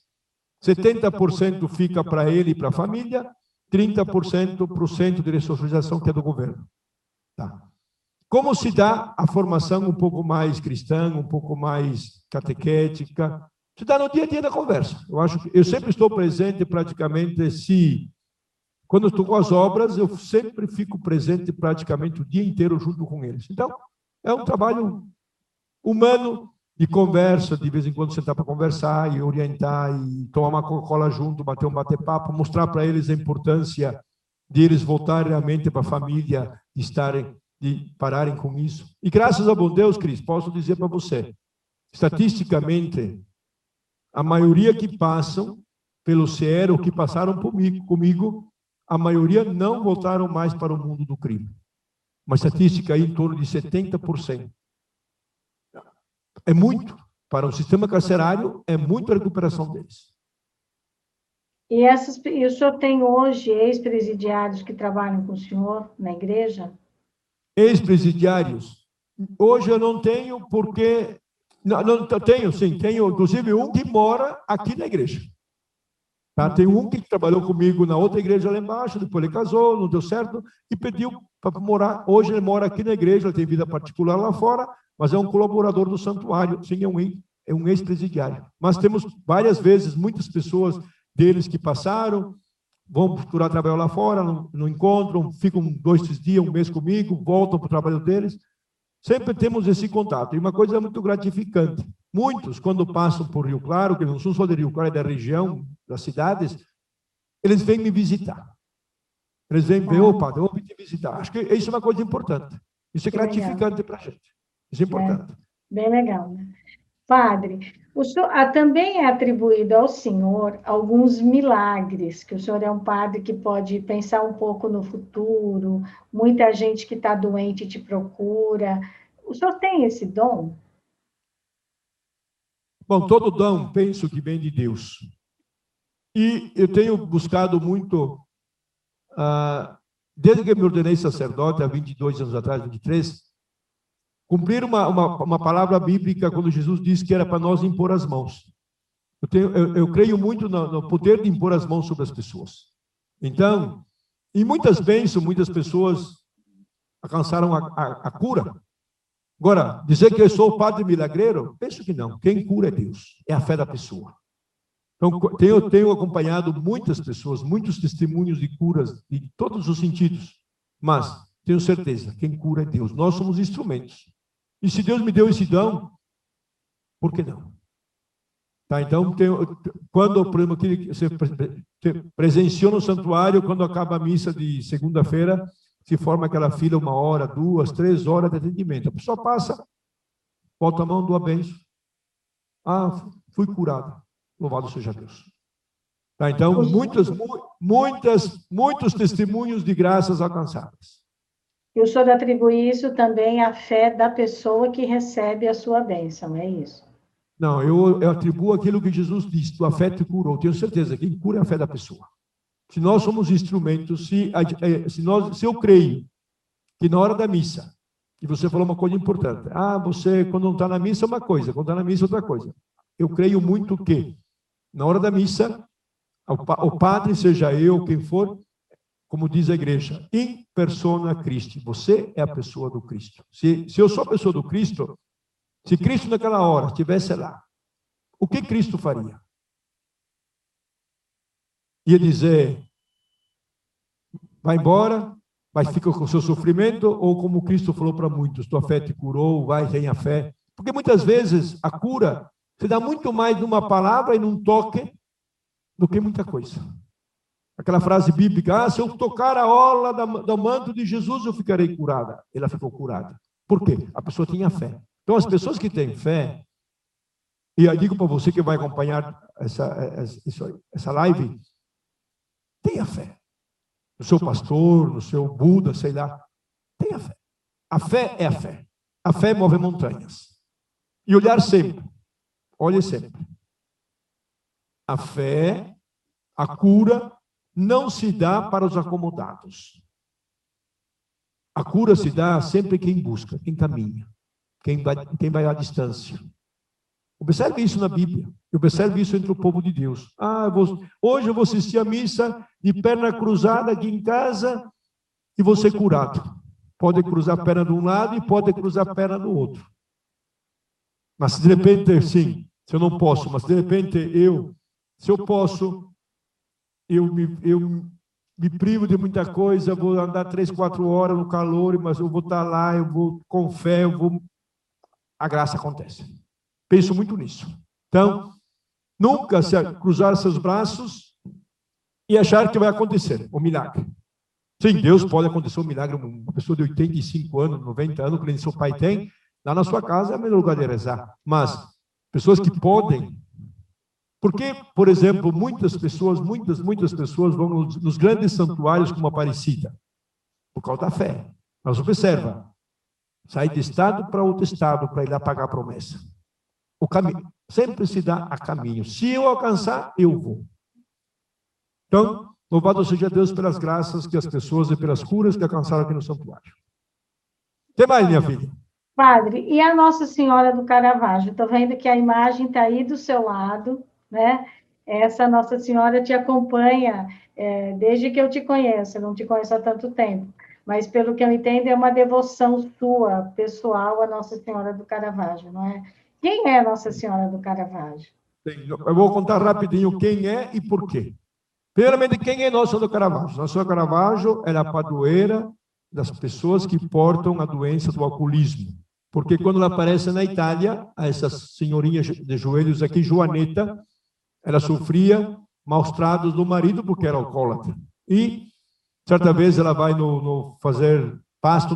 [SPEAKER 2] 70% fica para ele e para a família, 30% para o centro de ressocialização, que é do governo. Tá. Como se dá a formação um pouco mais cristã, um pouco mais catequética? Se dá no dia a dia da conversa. Eu sempre estou presente praticamente, quando estou com as obras, eu sempre fico presente praticamente o dia inteiro junto com eles. Então, é um trabalho humano, de conversa, de vez em quando sentar para conversar e orientar e tomar uma Coca-Cola junto, bater um bate-papo, mostrar para eles a importância de eles voltarem realmente para a família, de pararem com isso. E graças a bom Deus, Cris, posso dizer para você, estatisticamente, a maioria que passam pelo CER ou que passaram comigo, a maioria não voltaram mais para o mundo do crime. Uma estatística aí em torno de 70%. É muito. Para o sistema carcerário, é muito a recuperação deles.
[SPEAKER 1] E o senhor tem hoje ex-presidiários que trabalham com o senhor na igreja?
[SPEAKER 2] Ex-presidiários. Hoje eu não tenho, porque... Não, tenho, sim. Tenho, inclusive, um que mora aqui na igreja. Tá? Tem um que trabalhou comigo na outra igreja lá embaixo, depois ele casou, não deu certo, e pediu para morar. Hoje ele mora aqui na igreja, ele tem vida particular lá fora, mas é um colaborador do santuário. Sim, é um ex-presidiário. Mas temos várias vezes, muitas pessoas deles que passaram, vão procurar trabalho lá fora, não encontram, ficam 2, 3 dias, um mês comigo, voltam para o trabalho deles. Sempre temos esse contato. E uma coisa muito gratificante. Muitos, quando passam por Rio Claro, que não são só de Rio Claro, é da região, das cidades, eles vêm me visitar. Eles vêm ver, opa, eu vou te visitar. Acho que isso é uma coisa importante. Isso é gratificante para a gente. Isso é importante.
[SPEAKER 1] Bem legal, né? Padre, o senhor, também é atribuído ao senhor alguns milagres, que o senhor é um padre que pode pensar um pouco no futuro, muita gente que está doente te procura. O senhor tem esse dom?
[SPEAKER 2] Bom, todo dom, penso que vem de Deus. E eu tenho buscado muito, desde que me ordenei sacerdote, há 22 anos atrás, 23, cumprir uma palavra bíblica quando Jesus disse que era para nós impor as mãos. Eu creio muito no poder de impor as mãos sobre as pessoas. Então, em muitas bênçãos, muitas pessoas alcançaram a cura. Agora, dizer que eu sou o padre milagreiro, penso que não. Quem cura é Deus, é a fé da pessoa. Então, tenho acompanhado muitas pessoas, muitos testemunhos de curas de todos os sentidos, mas tenho certeza, quem cura é Deus. Nós somos instrumentos. E se Deus me deu esse dom, por que não? Tá, então, quando, por exemplo, você presenciou no santuário, quando acaba a missa de segunda-feira, se forma aquela fila 1 hora, 2, 3 horas de atendimento. A pessoa passa, bota a mão, dá a bênção. Ah, fui curado. Louvado seja Deus. Tá, então, muitos testemunhos de graças alcançadas.
[SPEAKER 1] E o senhor atribui isso também à fé da pessoa que recebe a sua bênção, é isso?
[SPEAKER 2] Não, eu atribuo aquilo que Jesus disse, tua fé te curou. Tenho certeza, quem cura é a fé da pessoa. Se nós somos instrumentos, se eu creio que na hora da missa, e você falou uma coisa importante, você quando não está na missa é uma coisa, quando está na missa é outra coisa. Eu creio muito que, na hora da missa, o padre, seja eu, quem for, como diz a igreja, in persona Christi, você é a pessoa do Cristo. Se eu sou a pessoa do Cristo, se Cristo naquela hora estivesse lá, o que Cristo faria? Ia dizer, vai embora, mas fica com o seu sofrimento, ou como Cristo falou para muitos, tua fé te curou, vai, tenha fé. Porque muitas vezes a cura se dá muito mais numa palavra e num toque do que muita coisa. Aquela frase bíblica, se eu tocar a orla do manto de Jesus, eu ficarei curada. Ela ficou curada. Por quê? A pessoa tinha fé. Então, as pessoas que têm fé, e eu digo para você que vai acompanhar essa live, tenha fé. No seu pastor, no seu Buda, sei lá. Tenha fé. A fé é a fé. A fé move montanhas. E olhar sempre. Olhe sempre. A fé, a cura, não se dá para os acomodados. A cura se dá sempre quem busca, quem caminha, quem vai à distância. Observe isso na Bíblia. Observe isso entre o povo de Deus. Hoje eu vou assistir a missa de perna cruzada aqui em casa e vou ser curado. Pode cruzar a perna de um lado e pode cruzar a perna do outro. Mas de repente, sim, se eu não posso, mas de repente se eu posso, eu me privo de muita coisa, vou andar 3, 4 horas no calor, mas eu vou estar lá, eu vou com fé, a graça acontece. Penso muito nisso. Então, nunca se cruzar seus braços e achar que vai acontecer o milagre. Sim, Deus pode acontecer um milagre, uma pessoa de 85 anos, 90 anos, que nem seu pai tem, lá na sua casa é o melhor lugar de rezar. Mas, pessoas que podem... Porque, por exemplo, muitas pessoas vão nos grandes santuários como Aparecida, por causa da fé. Mas observa, sai de estado para outro estado para ir lá pagar a promessa. o caminho, sempre se dá a caminho. Se eu alcançar, eu vou. Então, louvado seja Deus pelas graças que as pessoas e pelas curas que alcançaram aqui no santuário. O que mais, minha filha?
[SPEAKER 1] Padre, e a Nossa Senhora do Caravaggio? Estou vendo que a imagem está aí do seu lado, né? Essa Nossa Senhora te acompanha desde que eu te conheço, eu não te conheço há tanto tempo, mas pelo que eu entendo é uma devoção sua, pessoal, a Nossa Senhora do Caravaggio, não é? Quem é Nossa Senhora do Caravaggio?
[SPEAKER 2] Eu vou contar rapidinho quem é e por quê. Primeiramente, quem é Nossa Senhora do Caravaggio? Nossa Senhora do Caravaggio é a padroeira das pessoas que portam a doença do alcoolismo. Porque quando ela aparece na Itália, essa senhorinha de joelhos aqui, Joaneta, ela sofria maus tratos do marido porque era alcoólatra. E, certa vez, ela vai fazer pasto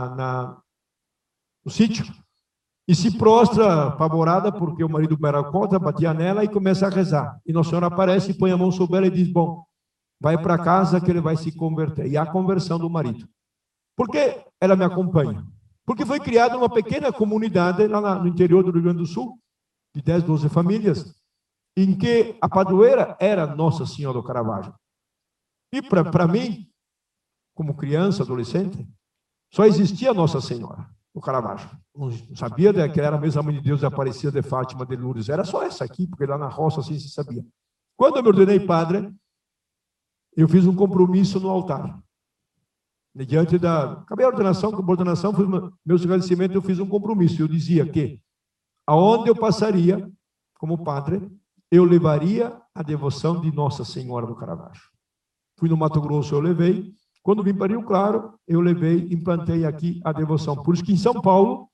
[SPEAKER 2] no sítio e se prostra apavorada porque o marido era alcoólatra, batia nela e começa a rezar. E Nossa Senhora aparece e põe a mão sobre ela e diz, bom, vai para casa que ele vai se converter. E a conversão do marido. Por que ela me acompanha? Porque foi criada uma pequena comunidade lá no interior do Rio Grande do Sul, de 10, 12 famílias, em que a padroeira era Nossa Senhora do Caravaggio. E para mim, como criança, adolescente, só existia Nossa Senhora do Caravaggio. Não sabia que ela era a mesma mãe de Deus e aparecia de Fátima de Lourdes. Era só essa aqui, porque lá na roça assim se sabia. Quando eu me ordenei padre, eu fiz um compromisso no altar. Diante acabei a ordenação, com a ordenação, meus agradecimentos, eu fiz um compromisso. Eu dizia que, aonde eu passaria, como padre, eu levaria a devoção de Nossa Senhora do Caravaggio. Fui no Mato Grosso, eu levei. Quando vim para Rio Claro, eu levei, implantei aqui a devoção. Por isso que em São Paulo,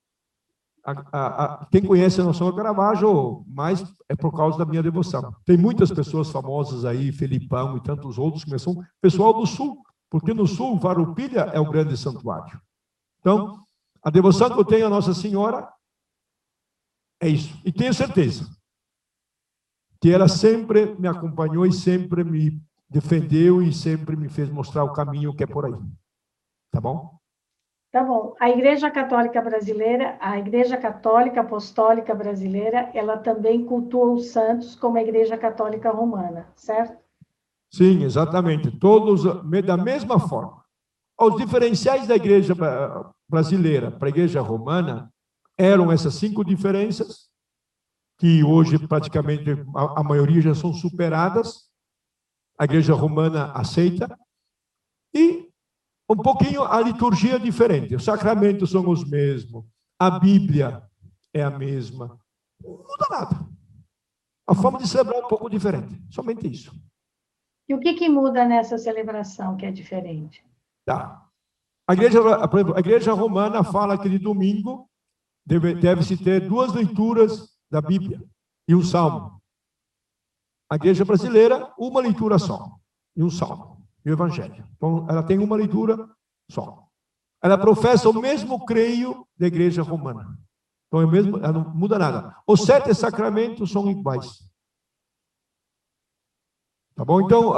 [SPEAKER 2] quem conhece a Nossa Senhora do Caravaggio, mais é por causa da minha devoção. Tem muitas pessoas famosas aí, Felipão e tantos outros, que são pessoal do Sul, porque no Sul, Farroupilha é o grande santuário. Então, a devoção que eu tenho à Nossa Senhora é isso. E tenho certeza que ela sempre me acompanhou e sempre me defendeu e sempre me fez mostrar o caminho que é por aí. Tá bom?
[SPEAKER 1] Tá bom. A Igreja Católica Brasileira, a Igreja Católica Apostólica Brasileira, ela também cultua os santos como a Igreja Católica Romana, certo?
[SPEAKER 2] Sim, exatamente. Todos da mesma forma. Os diferenciais da igreja brasileira para a igreja romana eram essas 5 diferenças, que hoje praticamente a maioria já são superadas. A igreja romana aceita. E um pouquinho a liturgia é diferente. Os sacramentos são os mesmos. A Bíblia é a mesma. Não muda nada. A forma de celebrar é um pouco diferente. Somente isso.
[SPEAKER 1] E o que muda nessa celebração que é diferente?
[SPEAKER 2] Tá. A igreja romana fala que de domingo deve-se ter 2 leituras da Bíblia e um salmo. A igreja brasileira, uma leitura só, e um salmo, e o Evangelho. Então, ela tem uma leitura só. Ela professa o mesmo creio da igreja romana. Então, ela não muda nada. Os 7 sacramentos são iguais. Tá bom? Então,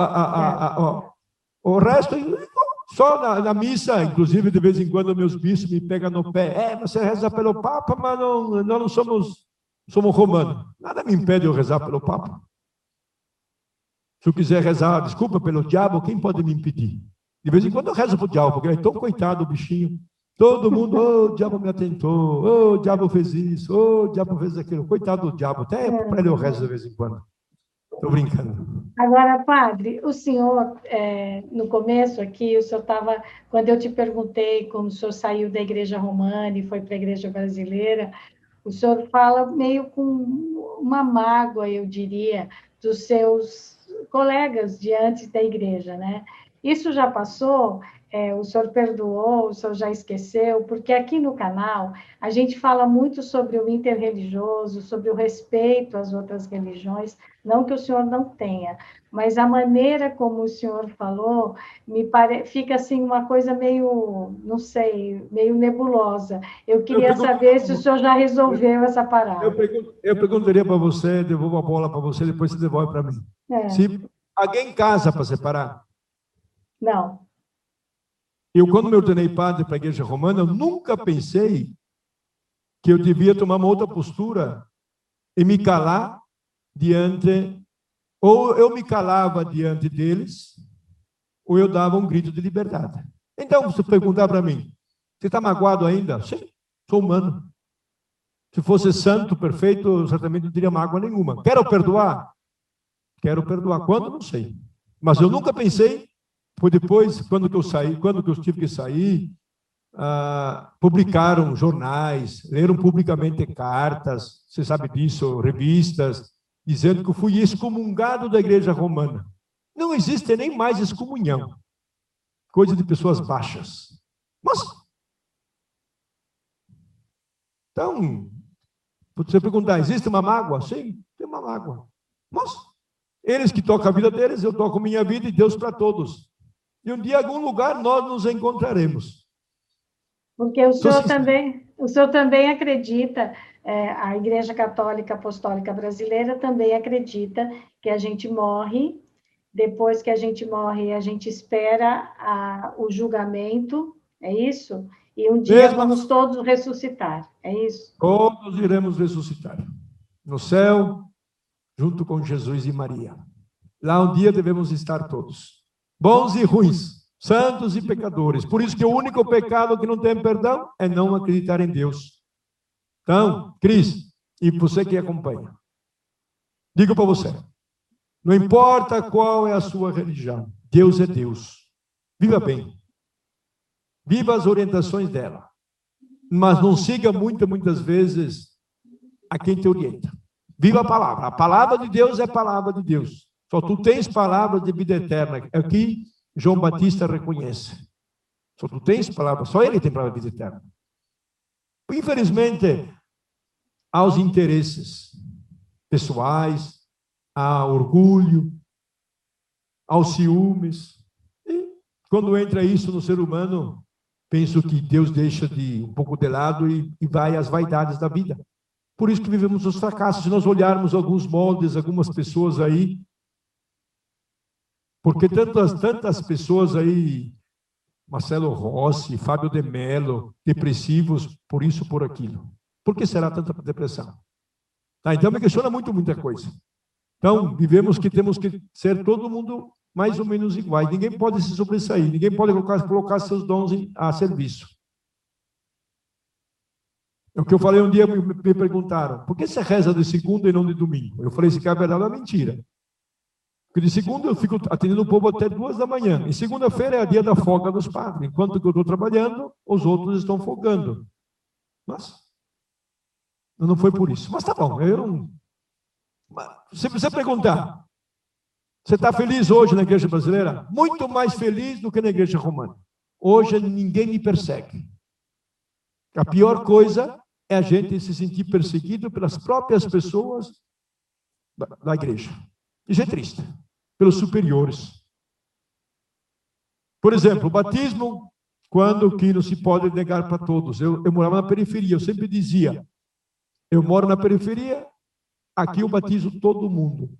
[SPEAKER 2] o resto, só na missa, inclusive, de vez em quando, meus bispos me pegam no pé. Você reza pelo Papa, mas nós não somos romanos. Nada me impede eu rezar pelo Papa. Se eu quiser rezar, desculpa, pelo diabo, quem pode me impedir? De vez em quando eu rezo para o diabo, porque é tão coitado o bichinho. Todo mundo, o diabo me atentou, o diabo fez isso, o diabo fez aquilo. Coitado do diabo, até para ele eu rezo de vez em quando. Estou brincando.
[SPEAKER 1] Agora, padre, o senhor, no começo aqui, o senhor estava, quando eu te perguntei como o senhor saiu da igreja romana e foi para a igreja brasileira, o senhor fala meio com uma mágoa, eu diria, dos seus colegas de antes da igreja, né? Isso já passou? O senhor perdoou? O senhor já esqueceu? Porque aqui no canal a gente fala muito sobre o interreligioso, sobre o respeito às outras religiões, não que o senhor não tenha, mas a maneira como o senhor falou fica assim uma coisa meio, não sei, meio nebulosa. Eu queria saber se o senhor já resolveu essa parada.
[SPEAKER 2] Eu perguntaria para você, devolvo a bola para você, depois você devolve para mim. Se alguém casa para separar?
[SPEAKER 1] Não.
[SPEAKER 2] Eu, quando me ordenei padre para a igreja romana, eu nunca pensei que eu devia tomar uma outra postura e me calar diante, ou eu me calava diante deles, ou eu dava um grito de liberdade. Então, você perguntar para mim, você está magoado ainda? Sim, sou humano. Se fosse santo, perfeito, eu certamente não teria mágoa nenhuma. Quero perdoar? Quero perdoar. Quando? Não sei. Mas eu nunca pensei, foi depois, quando que eu saí, quando que eu tive que sair, publicaram jornais, leram publicamente cartas, você sabe disso, revistas, dizendo que eu fui excomungado da Igreja Romana. Não existe nem mais excomunhão. Coisa de pessoas baixas. Mas, então, você perguntar, existe uma mágoa? Sim, tem uma mágoa. Mas, eles que tocam a vida deles, eu toco minha vida e Deus para todos. E um dia, em algum lugar, nós nos encontraremos.
[SPEAKER 1] Porque o senhor também acredita, a Igreja Católica Apostólica Brasileira também acredita que a gente morre, depois que a gente morre, a gente espera o julgamento, é isso? E um dia vamos todos ressuscitar, é isso?
[SPEAKER 2] Todos iremos ressuscitar. No céu, junto com Jesus e Maria. Lá um dia devemos estar todos. Bons e ruins, santos e pecadores. Por isso que o único pecado que não tem perdão é não acreditar em Deus. Então, Cris, e você que acompanha, digo para você, não importa qual é a sua religião, Deus é Deus. Viva bem. Viva as orientações dela. Mas não siga muitas vezes a quem te orienta. Viva a palavra. A palavra de Deus é a palavra de Deus. Só tu tens palavra de vida eterna. É o que João Batista reconhece. Só tu tens palavra, só ele tem palavra de vida eterna. Infelizmente, aos interesses pessoais, ao orgulho, aos ciúmes. E quando entra isso no ser humano, penso que Deus deixa um pouco de lado e vai às vaidades da vida. Por isso que vivemos os fracassos. Se nós olharmos alguns moldes, algumas pessoas aí, porque tantas pessoas aí, Marcelo Rossi, Fábio de Mello, depressivos, por isso, por aquilo. Por que será tanta depressão? Então, me questiona muita coisa. Então, vivemos que temos que ser todo mundo mais ou menos iguais. Ninguém pode se sobressair, ninguém pode colocar seus dons a serviço. O que eu falei um dia, me perguntaram, por que você reza de segunda e não de domingo? Eu falei, se que é verdade, é mentira. Porque de segunda eu fico atendendo o povo até 2 da manhã. E segunda-feira é a dia da folga dos padres. Enquanto que eu estou trabalhando, os outros estão folgando. Mas não foi por isso. Mas tá bom, eu não... Se você perguntar, você está feliz hoje na igreja brasileira? Muito mais feliz do que na igreja romana. Hoje ninguém me persegue. A pior coisa é a gente se sentir perseguido pelas próprias pessoas da igreja. Isso é triste. Pelos superiores. Por exemplo, o batismo, quando que não se pode negar para todos. Eu morava na periferia, eu sempre dizia, eu moro na periferia, aqui eu batizo todo mundo.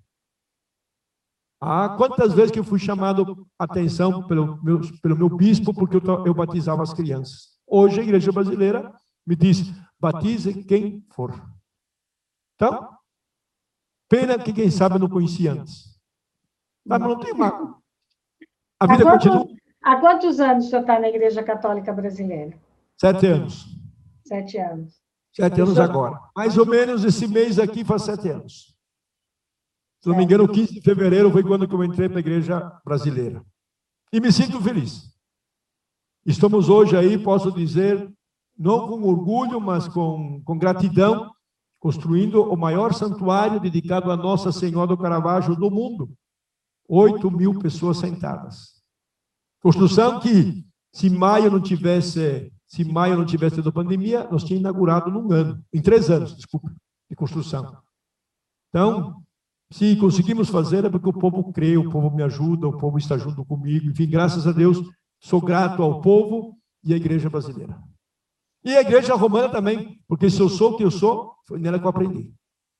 [SPEAKER 2] Quantas vezes que eu fui chamado a atenção pelo meu bispo, porque eu batizava as crianças. Hoje a igreja brasileira me diz, batize quem for. Então, pena que quem sabe eu não conhecia antes. Mas não tem mágoa. A vida continua.
[SPEAKER 1] Há quantos anos o senhor está na Igreja Católica Brasileira?
[SPEAKER 2] 7 anos.
[SPEAKER 1] 7 anos.
[SPEAKER 2] 7 anos agora. Mais ou menos esse mês aqui faz 7 anos. Se não me engano, 15 de fevereiro foi quando eu entrei para a Igreja Brasileira. E me sinto feliz. Estamos hoje aí, posso dizer, não com orgulho, mas com gratidão, construindo o maior santuário dedicado a Nossa Senhora do Caravaggio do mundo. 8.000 pessoas sentadas. Construção que, se maio não tivesse tido pandemia, nós tínhamos inaugurado em 3 anos, desculpa, de construção. Então, se conseguimos fazer é porque o povo crê, o povo me ajuda, o povo está junto comigo. Enfim, graças a Deus, sou grato ao povo e à igreja brasileira. E a igreja romana também, porque se eu sou o que eu sou, foi nela que eu aprendi.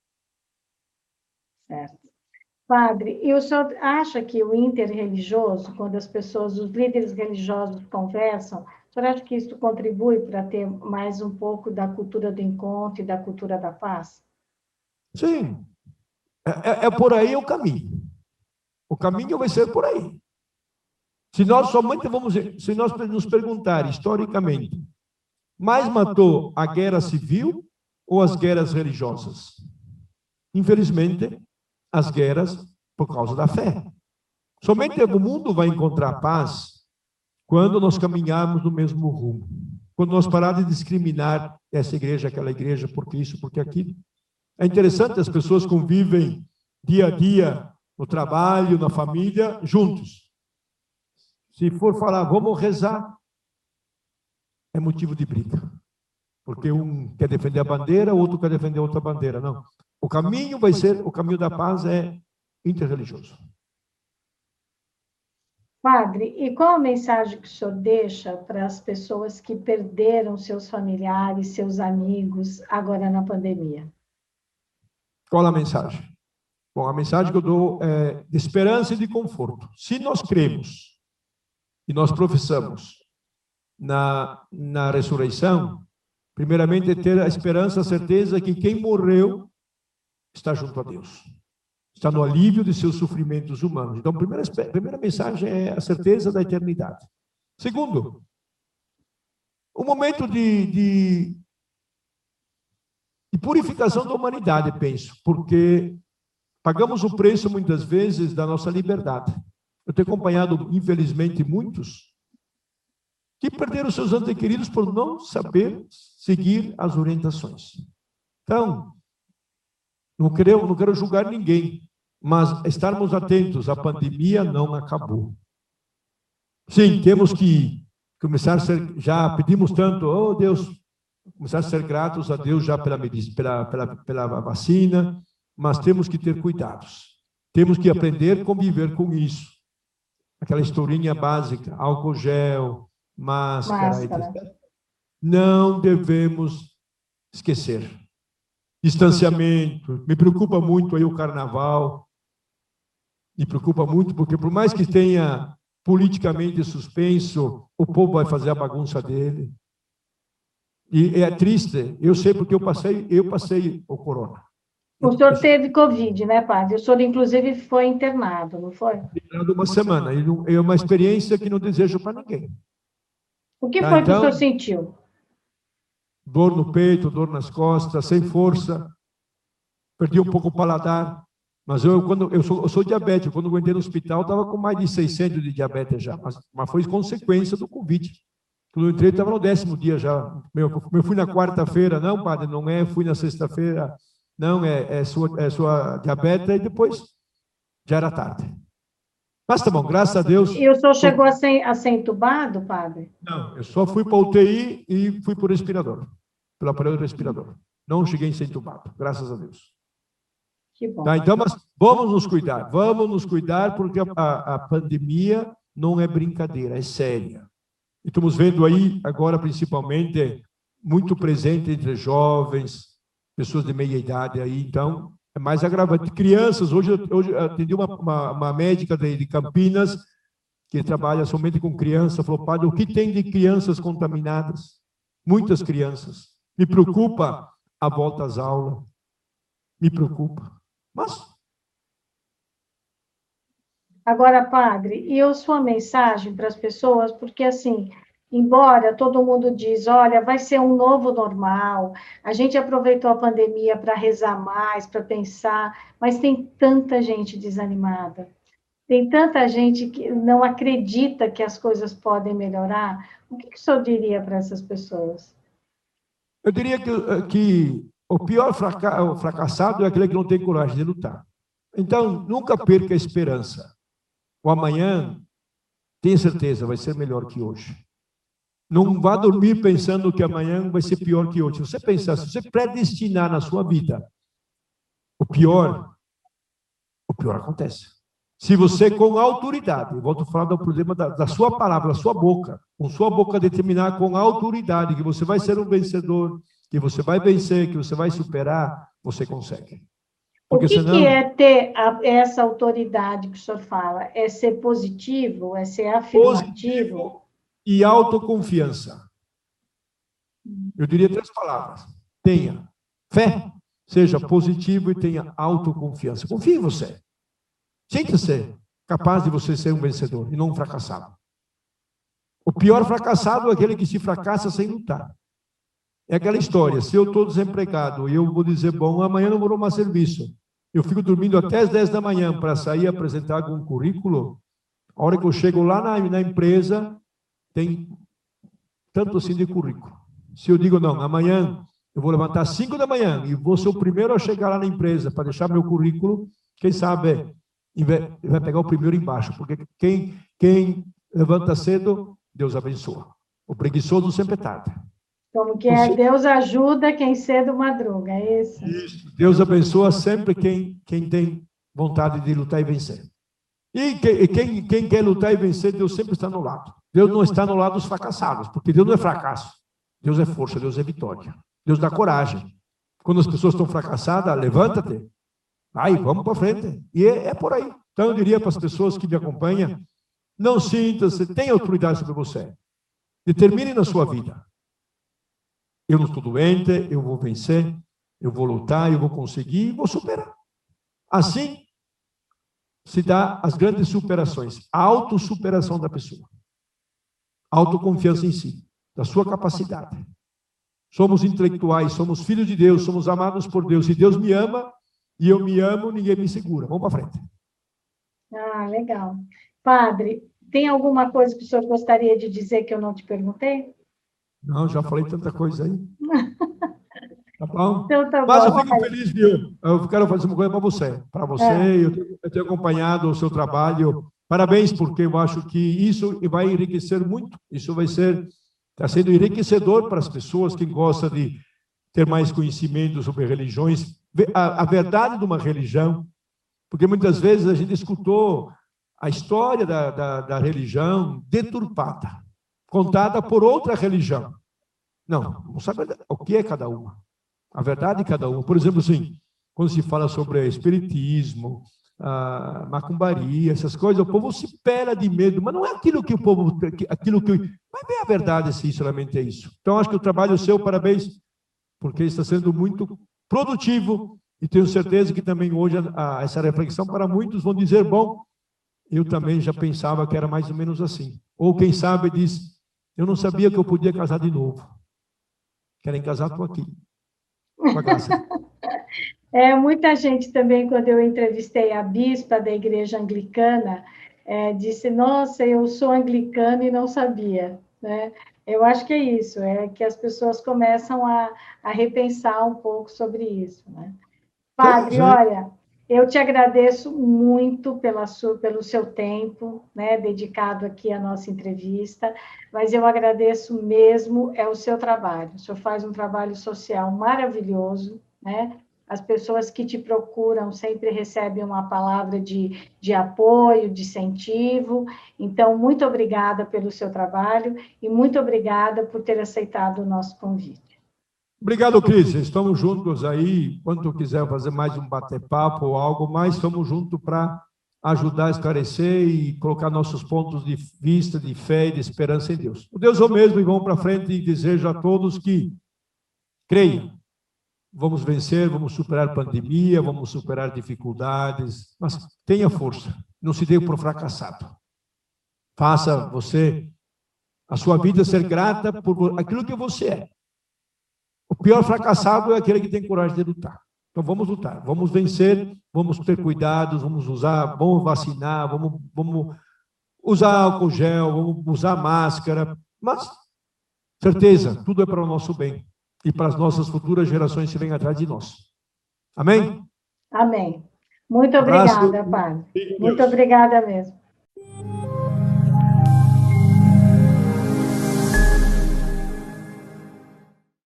[SPEAKER 1] Certo. Padre, e o senhor acha que o interreligioso, quando as pessoas, os líderes religiosos conversam, o senhor acha que isso contribui para ter mais um pouco da cultura do encontro e da cultura da paz?
[SPEAKER 2] Sim, por aí o caminho. O caminho vai ser por aí. Se nós nos perguntar historicamente, mais matou a guerra civil ou as guerras religiosas? Infelizmente, as guerras por causa da fé. Somente o mundo vai encontrar paz quando nós caminharmos no mesmo rumo. Quando nós pararmos de discriminar essa igreja, aquela igreja, porque isso, porque aquilo. É interessante, as pessoas convivem dia a dia, no trabalho, na família, juntos. Se for falar, vamos rezar, é motivo de briga. Porque um quer defender a bandeira, o outro quer defender outra bandeira. Não. O caminho vai ser, o caminho da paz é interreligioso.
[SPEAKER 1] Padre, e qual a mensagem que o senhor deixa para as pessoas que perderam seus familiares, seus amigos, agora na pandemia?
[SPEAKER 2] Qual a mensagem? Bom, a mensagem que eu dou é de esperança e de conforto. Se nós cremos e nós professamos na ressurreição, primeiramente é ter a esperança, a certeza que quem morreu está junto a Deus. Está no alívio de seus sofrimentos humanos. Então, a primeira mensagem é a certeza da eternidade. Segundo, um momento de purificação da humanidade, penso, porque pagamos o preço, muitas vezes, da nossa liberdade. Eu tenho acompanhado, infelizmente, muitos que perderam seus entes queridos por não saber seguir as orientações. Então, não quero julgar ninguém, mas estarmos atentos, a pandemia não acabou. Sim, temos que começar a ser, já pedimos tanto, oh Deus, começar a ser gratos a Deus já pela vacina, mas temos que ter cuidados. Temos que aprender a conviver com isso. Aquela historinha básica, álcool gel, máscara. Etc. Não devemos esquecer. Distanciamento, me preocupa muito aí o carnaval, me preocupa muito, porque por mais que tenha politicamente suspenso, o povo vai fazer a bagunça dele. E é triste, eu sei porque eu passei o corona.
[SPEAKER 1] O senhor teve Covid, né, padre? O senhor, inclusive, foi internado, não foi?
[SPEAKER 2] Internado uma semana, é uma experiência que não desejo para ninguém.
[SPEAKER 1] O que foi que o senhor sentiu?
[SPEAKER 2] Dor no peito, dor nas costas, sem força, perdi um pouco o paladar, mas eu sou diabético, quando eu entrei no hospital, estava com mais de 600 de diabetes já, mas foi consequência do Covid. Quando eu entrei, estava no 10º dia já. Eu fui na quarta-feira, não, padre, não é, fui na sexta-feira, não, é sua diabetes, e depois já era tarde. Mas tá bom, graças a Deus.
[SPEAKER 1] E o senhor chegou a ser entubado, padre?
[SPEAKER 2] Não, eu só fui para a UTI e fui por respirador, pelo aparelho respirador. Não cheguei a ser entubado, graças a Deus.
[SPEAKER 1] Que bom.
[SPEAKER 2] Tá, então, mas vamos nos cuidar, porque a pandemia não é brincadeira, é séria. E estamos vendo aí, agora, principalmente, muito presente entre jovens, pessoas de meia idade aí, então, é mais agravante. Crianças, hoje eu atendi uma médica de Campinas, que trabalha somente com crianças, falou, padre, o que tem de crianças contaminadas? Muitas crianças. Me preocupa a volta às aulas. Me preocupa. Mas...
[SPEAKER 1] Agora, padre, e a sua mensagem para as pessoas? Porque, assim, embora todo mundo diz, olha, vai ser um novo normal, a gente aproveitou a pandemia para rezar mais, para pensar, mas tem tanta gente desanimada, tem tanta gente que não acredita que as coisas podem melhorar. O que o senhor diria para essas pessoas?
[SPEAKER 2] Eu diria que o pior fracassado é aquele que não tem coragem de lutar. Então, nunca perca a esperança. O amanhã, tenha certeza, vai ser melhor que hoje. Não vá dormir pensando que amanhã vai ser pior que hoje. Se você pensar, se você predestinar na sua vida o pior acontece. Se você, com autoridade, eu volto a falar do problema da sua palavra, da sua boca, com sua boca determinar com autoridade que você vai ser um vencedor, que você vai vencer, que você vai superar, você consegue.
[SPEAKER 1] Porque o que é ter essa autoridade que o senhor fala? É ser positivo? É ser afirmativo?
[SPEAKER 2] Positivo e autoconfiança. Eu diria 3 palavras. Tenha fé. Seja positivo e tenha autoconfiança. Confie em você. Sinta-se capaz de você ser um vencedor e não um fracassado. O pior fracassado é aquele que se fracassa sem lutar. É aquela história, se eu estou desempregado e eu vou dizer, bom, amanhã não vou arrumar serviço, eu fico dormindo até as 10 da manhã para sair apresentar algum currículo, a hora que eu chego lá na empresa, tem tanto assim de currículo. Se eu digo, não, amanhã eu vou levantar às 5 da manhã e vou ser o primeiro a chegar lá na empresa para deixar meu currículo, quem sabe vai pegar o primeiro embaixo, porque quem levanta cedo, Deus abençoa. O preguiçoso sempre é tarde.
[SPEAKER 1] Como que é? Deus ajuda quem cedo madruga, é isso?
[SPEAKER 2] Isso. Deus abençoa sempre quem tem vontade de lutar e vencer. E quem quer lutar e vencer, Deus sempre está no lado. Deus não está no lado dos fracassados, porque Deus não é fracasso. Deus é força, Deus é vitória. Deus dá coragem. Quando as pessoas estão fracassadas, levanta-te. Vai, vamos para frente. E é por aí. Então, eu diria para as pessoas que me acompanham, não sinta-se, tenha autoridade sobre você. Determine na sua vida. Eu não estou doente, eu vou vencer, eu vou lutar, eu vou conseguir, vou superar. Assim se dá as grandes superações, a autossuperação da pessoa. A autoconfiança em si, da sua capacidade. Somos intelectuais, somos filhos de Deus, somos amados por Deus. Se Deus me ama e eu me amo, ninguém me segura. Vamos para frente.
[SPEAKER 1] Ah, legal. Padre, tem alguma coisa que o senhor gostaria de dizer que eu não te perguntei?
[SPEAKER 2] Não, já falei tanta coisa aí. Tá bom?
[SPEAKER 1] Então, tá
[SPEAKER 2] Mas
[SPEAKER 1] bom.
[SPEAKER 2] eu fico feliz, viu? Eu quero fazer uma coisa para você. Para você, eu tenho acompanhado o seu trabalho. Parabéns, porque eu acho que isso vai enriquecer muito. Isso está sendo enriquecedor para as pessoas que gostam de ter mais conhecimento sobre religiões. A verdade de uma religião, porque muitas vezes a gente escutou a história da religião deturpada, contada por outra religião. Não sabe o que é cada uma. A verdade de cada uma. Por exemplo, assim, quando se fala sobre espiritismo, macumbaria, essas coisas, o povo se pela de medo, mas não é aquilo que o povo... Vai ver a verdade se isso realmente é isso. Então, acho que o trabalho seu, parabéns, porque está sendo muito produtivo e tenho certeza que também hoje essa reflexão para muitos vão dizer, bom, eu também já pensava que era mais ou menos assim. Ou quem sabe diz, eu não sabia que eu podia casar de novo. Querem casar, estou aqui. Com a graça.
[SPEAKER 1] Muita gente também, quando eu entrevistei a bispa da igreja anglicana, disse, nossa, eu sou anglicana e não sabia, né? Eu acho que é isso, que as pessoas começam a repensar um pouco sobre isso, né? Padre, olha, eu te agradeço muito pelo seu tempo, né, dedicado aqui à nossa entrevista, mas eu agradeço mesmo o seu trabalho. O senhor faz um trabalho social maravilhoso, né? As pessoas que te procuram sempre recebem uma palavra de apoio, de incentivo. Então, muito obrigada pelo seu trabalho e muito obrigada por ter aceitado o nosso convite.
[SPEAKER 2] Obrigado, Cris. Estamos juntos aí. Quando tu quiser fazer mais um bate-papo ou algo mais, estamos juntos para ajudar a esclarecer e colocar nossos pontos de vista, de fé e de esperança em Deus. O Deus é o mesmo e vamos para frente e desejo a todos que creiam. Vamos vencer, vamos superar a pandemia, vamos superar dificuldades, mas tenha força. Não se dê por fracassado. Faça a sua vida ser grata por aquilo que você é. O pior fracassado é aquele que tem coragem de lutar. Então, vamos lutar, vamos vencer, vamos ter cuidados, vamos vacinar, vamos usar álcool gel, vamos usar máscara, mas, certeza, tudo é para o nosso bem e para as nossas futuras gerações que vêm atrás de nós. Amém?
[SPEAKER 1] Amém. Muito obrigada, Padre. Muito obrigada mesmo.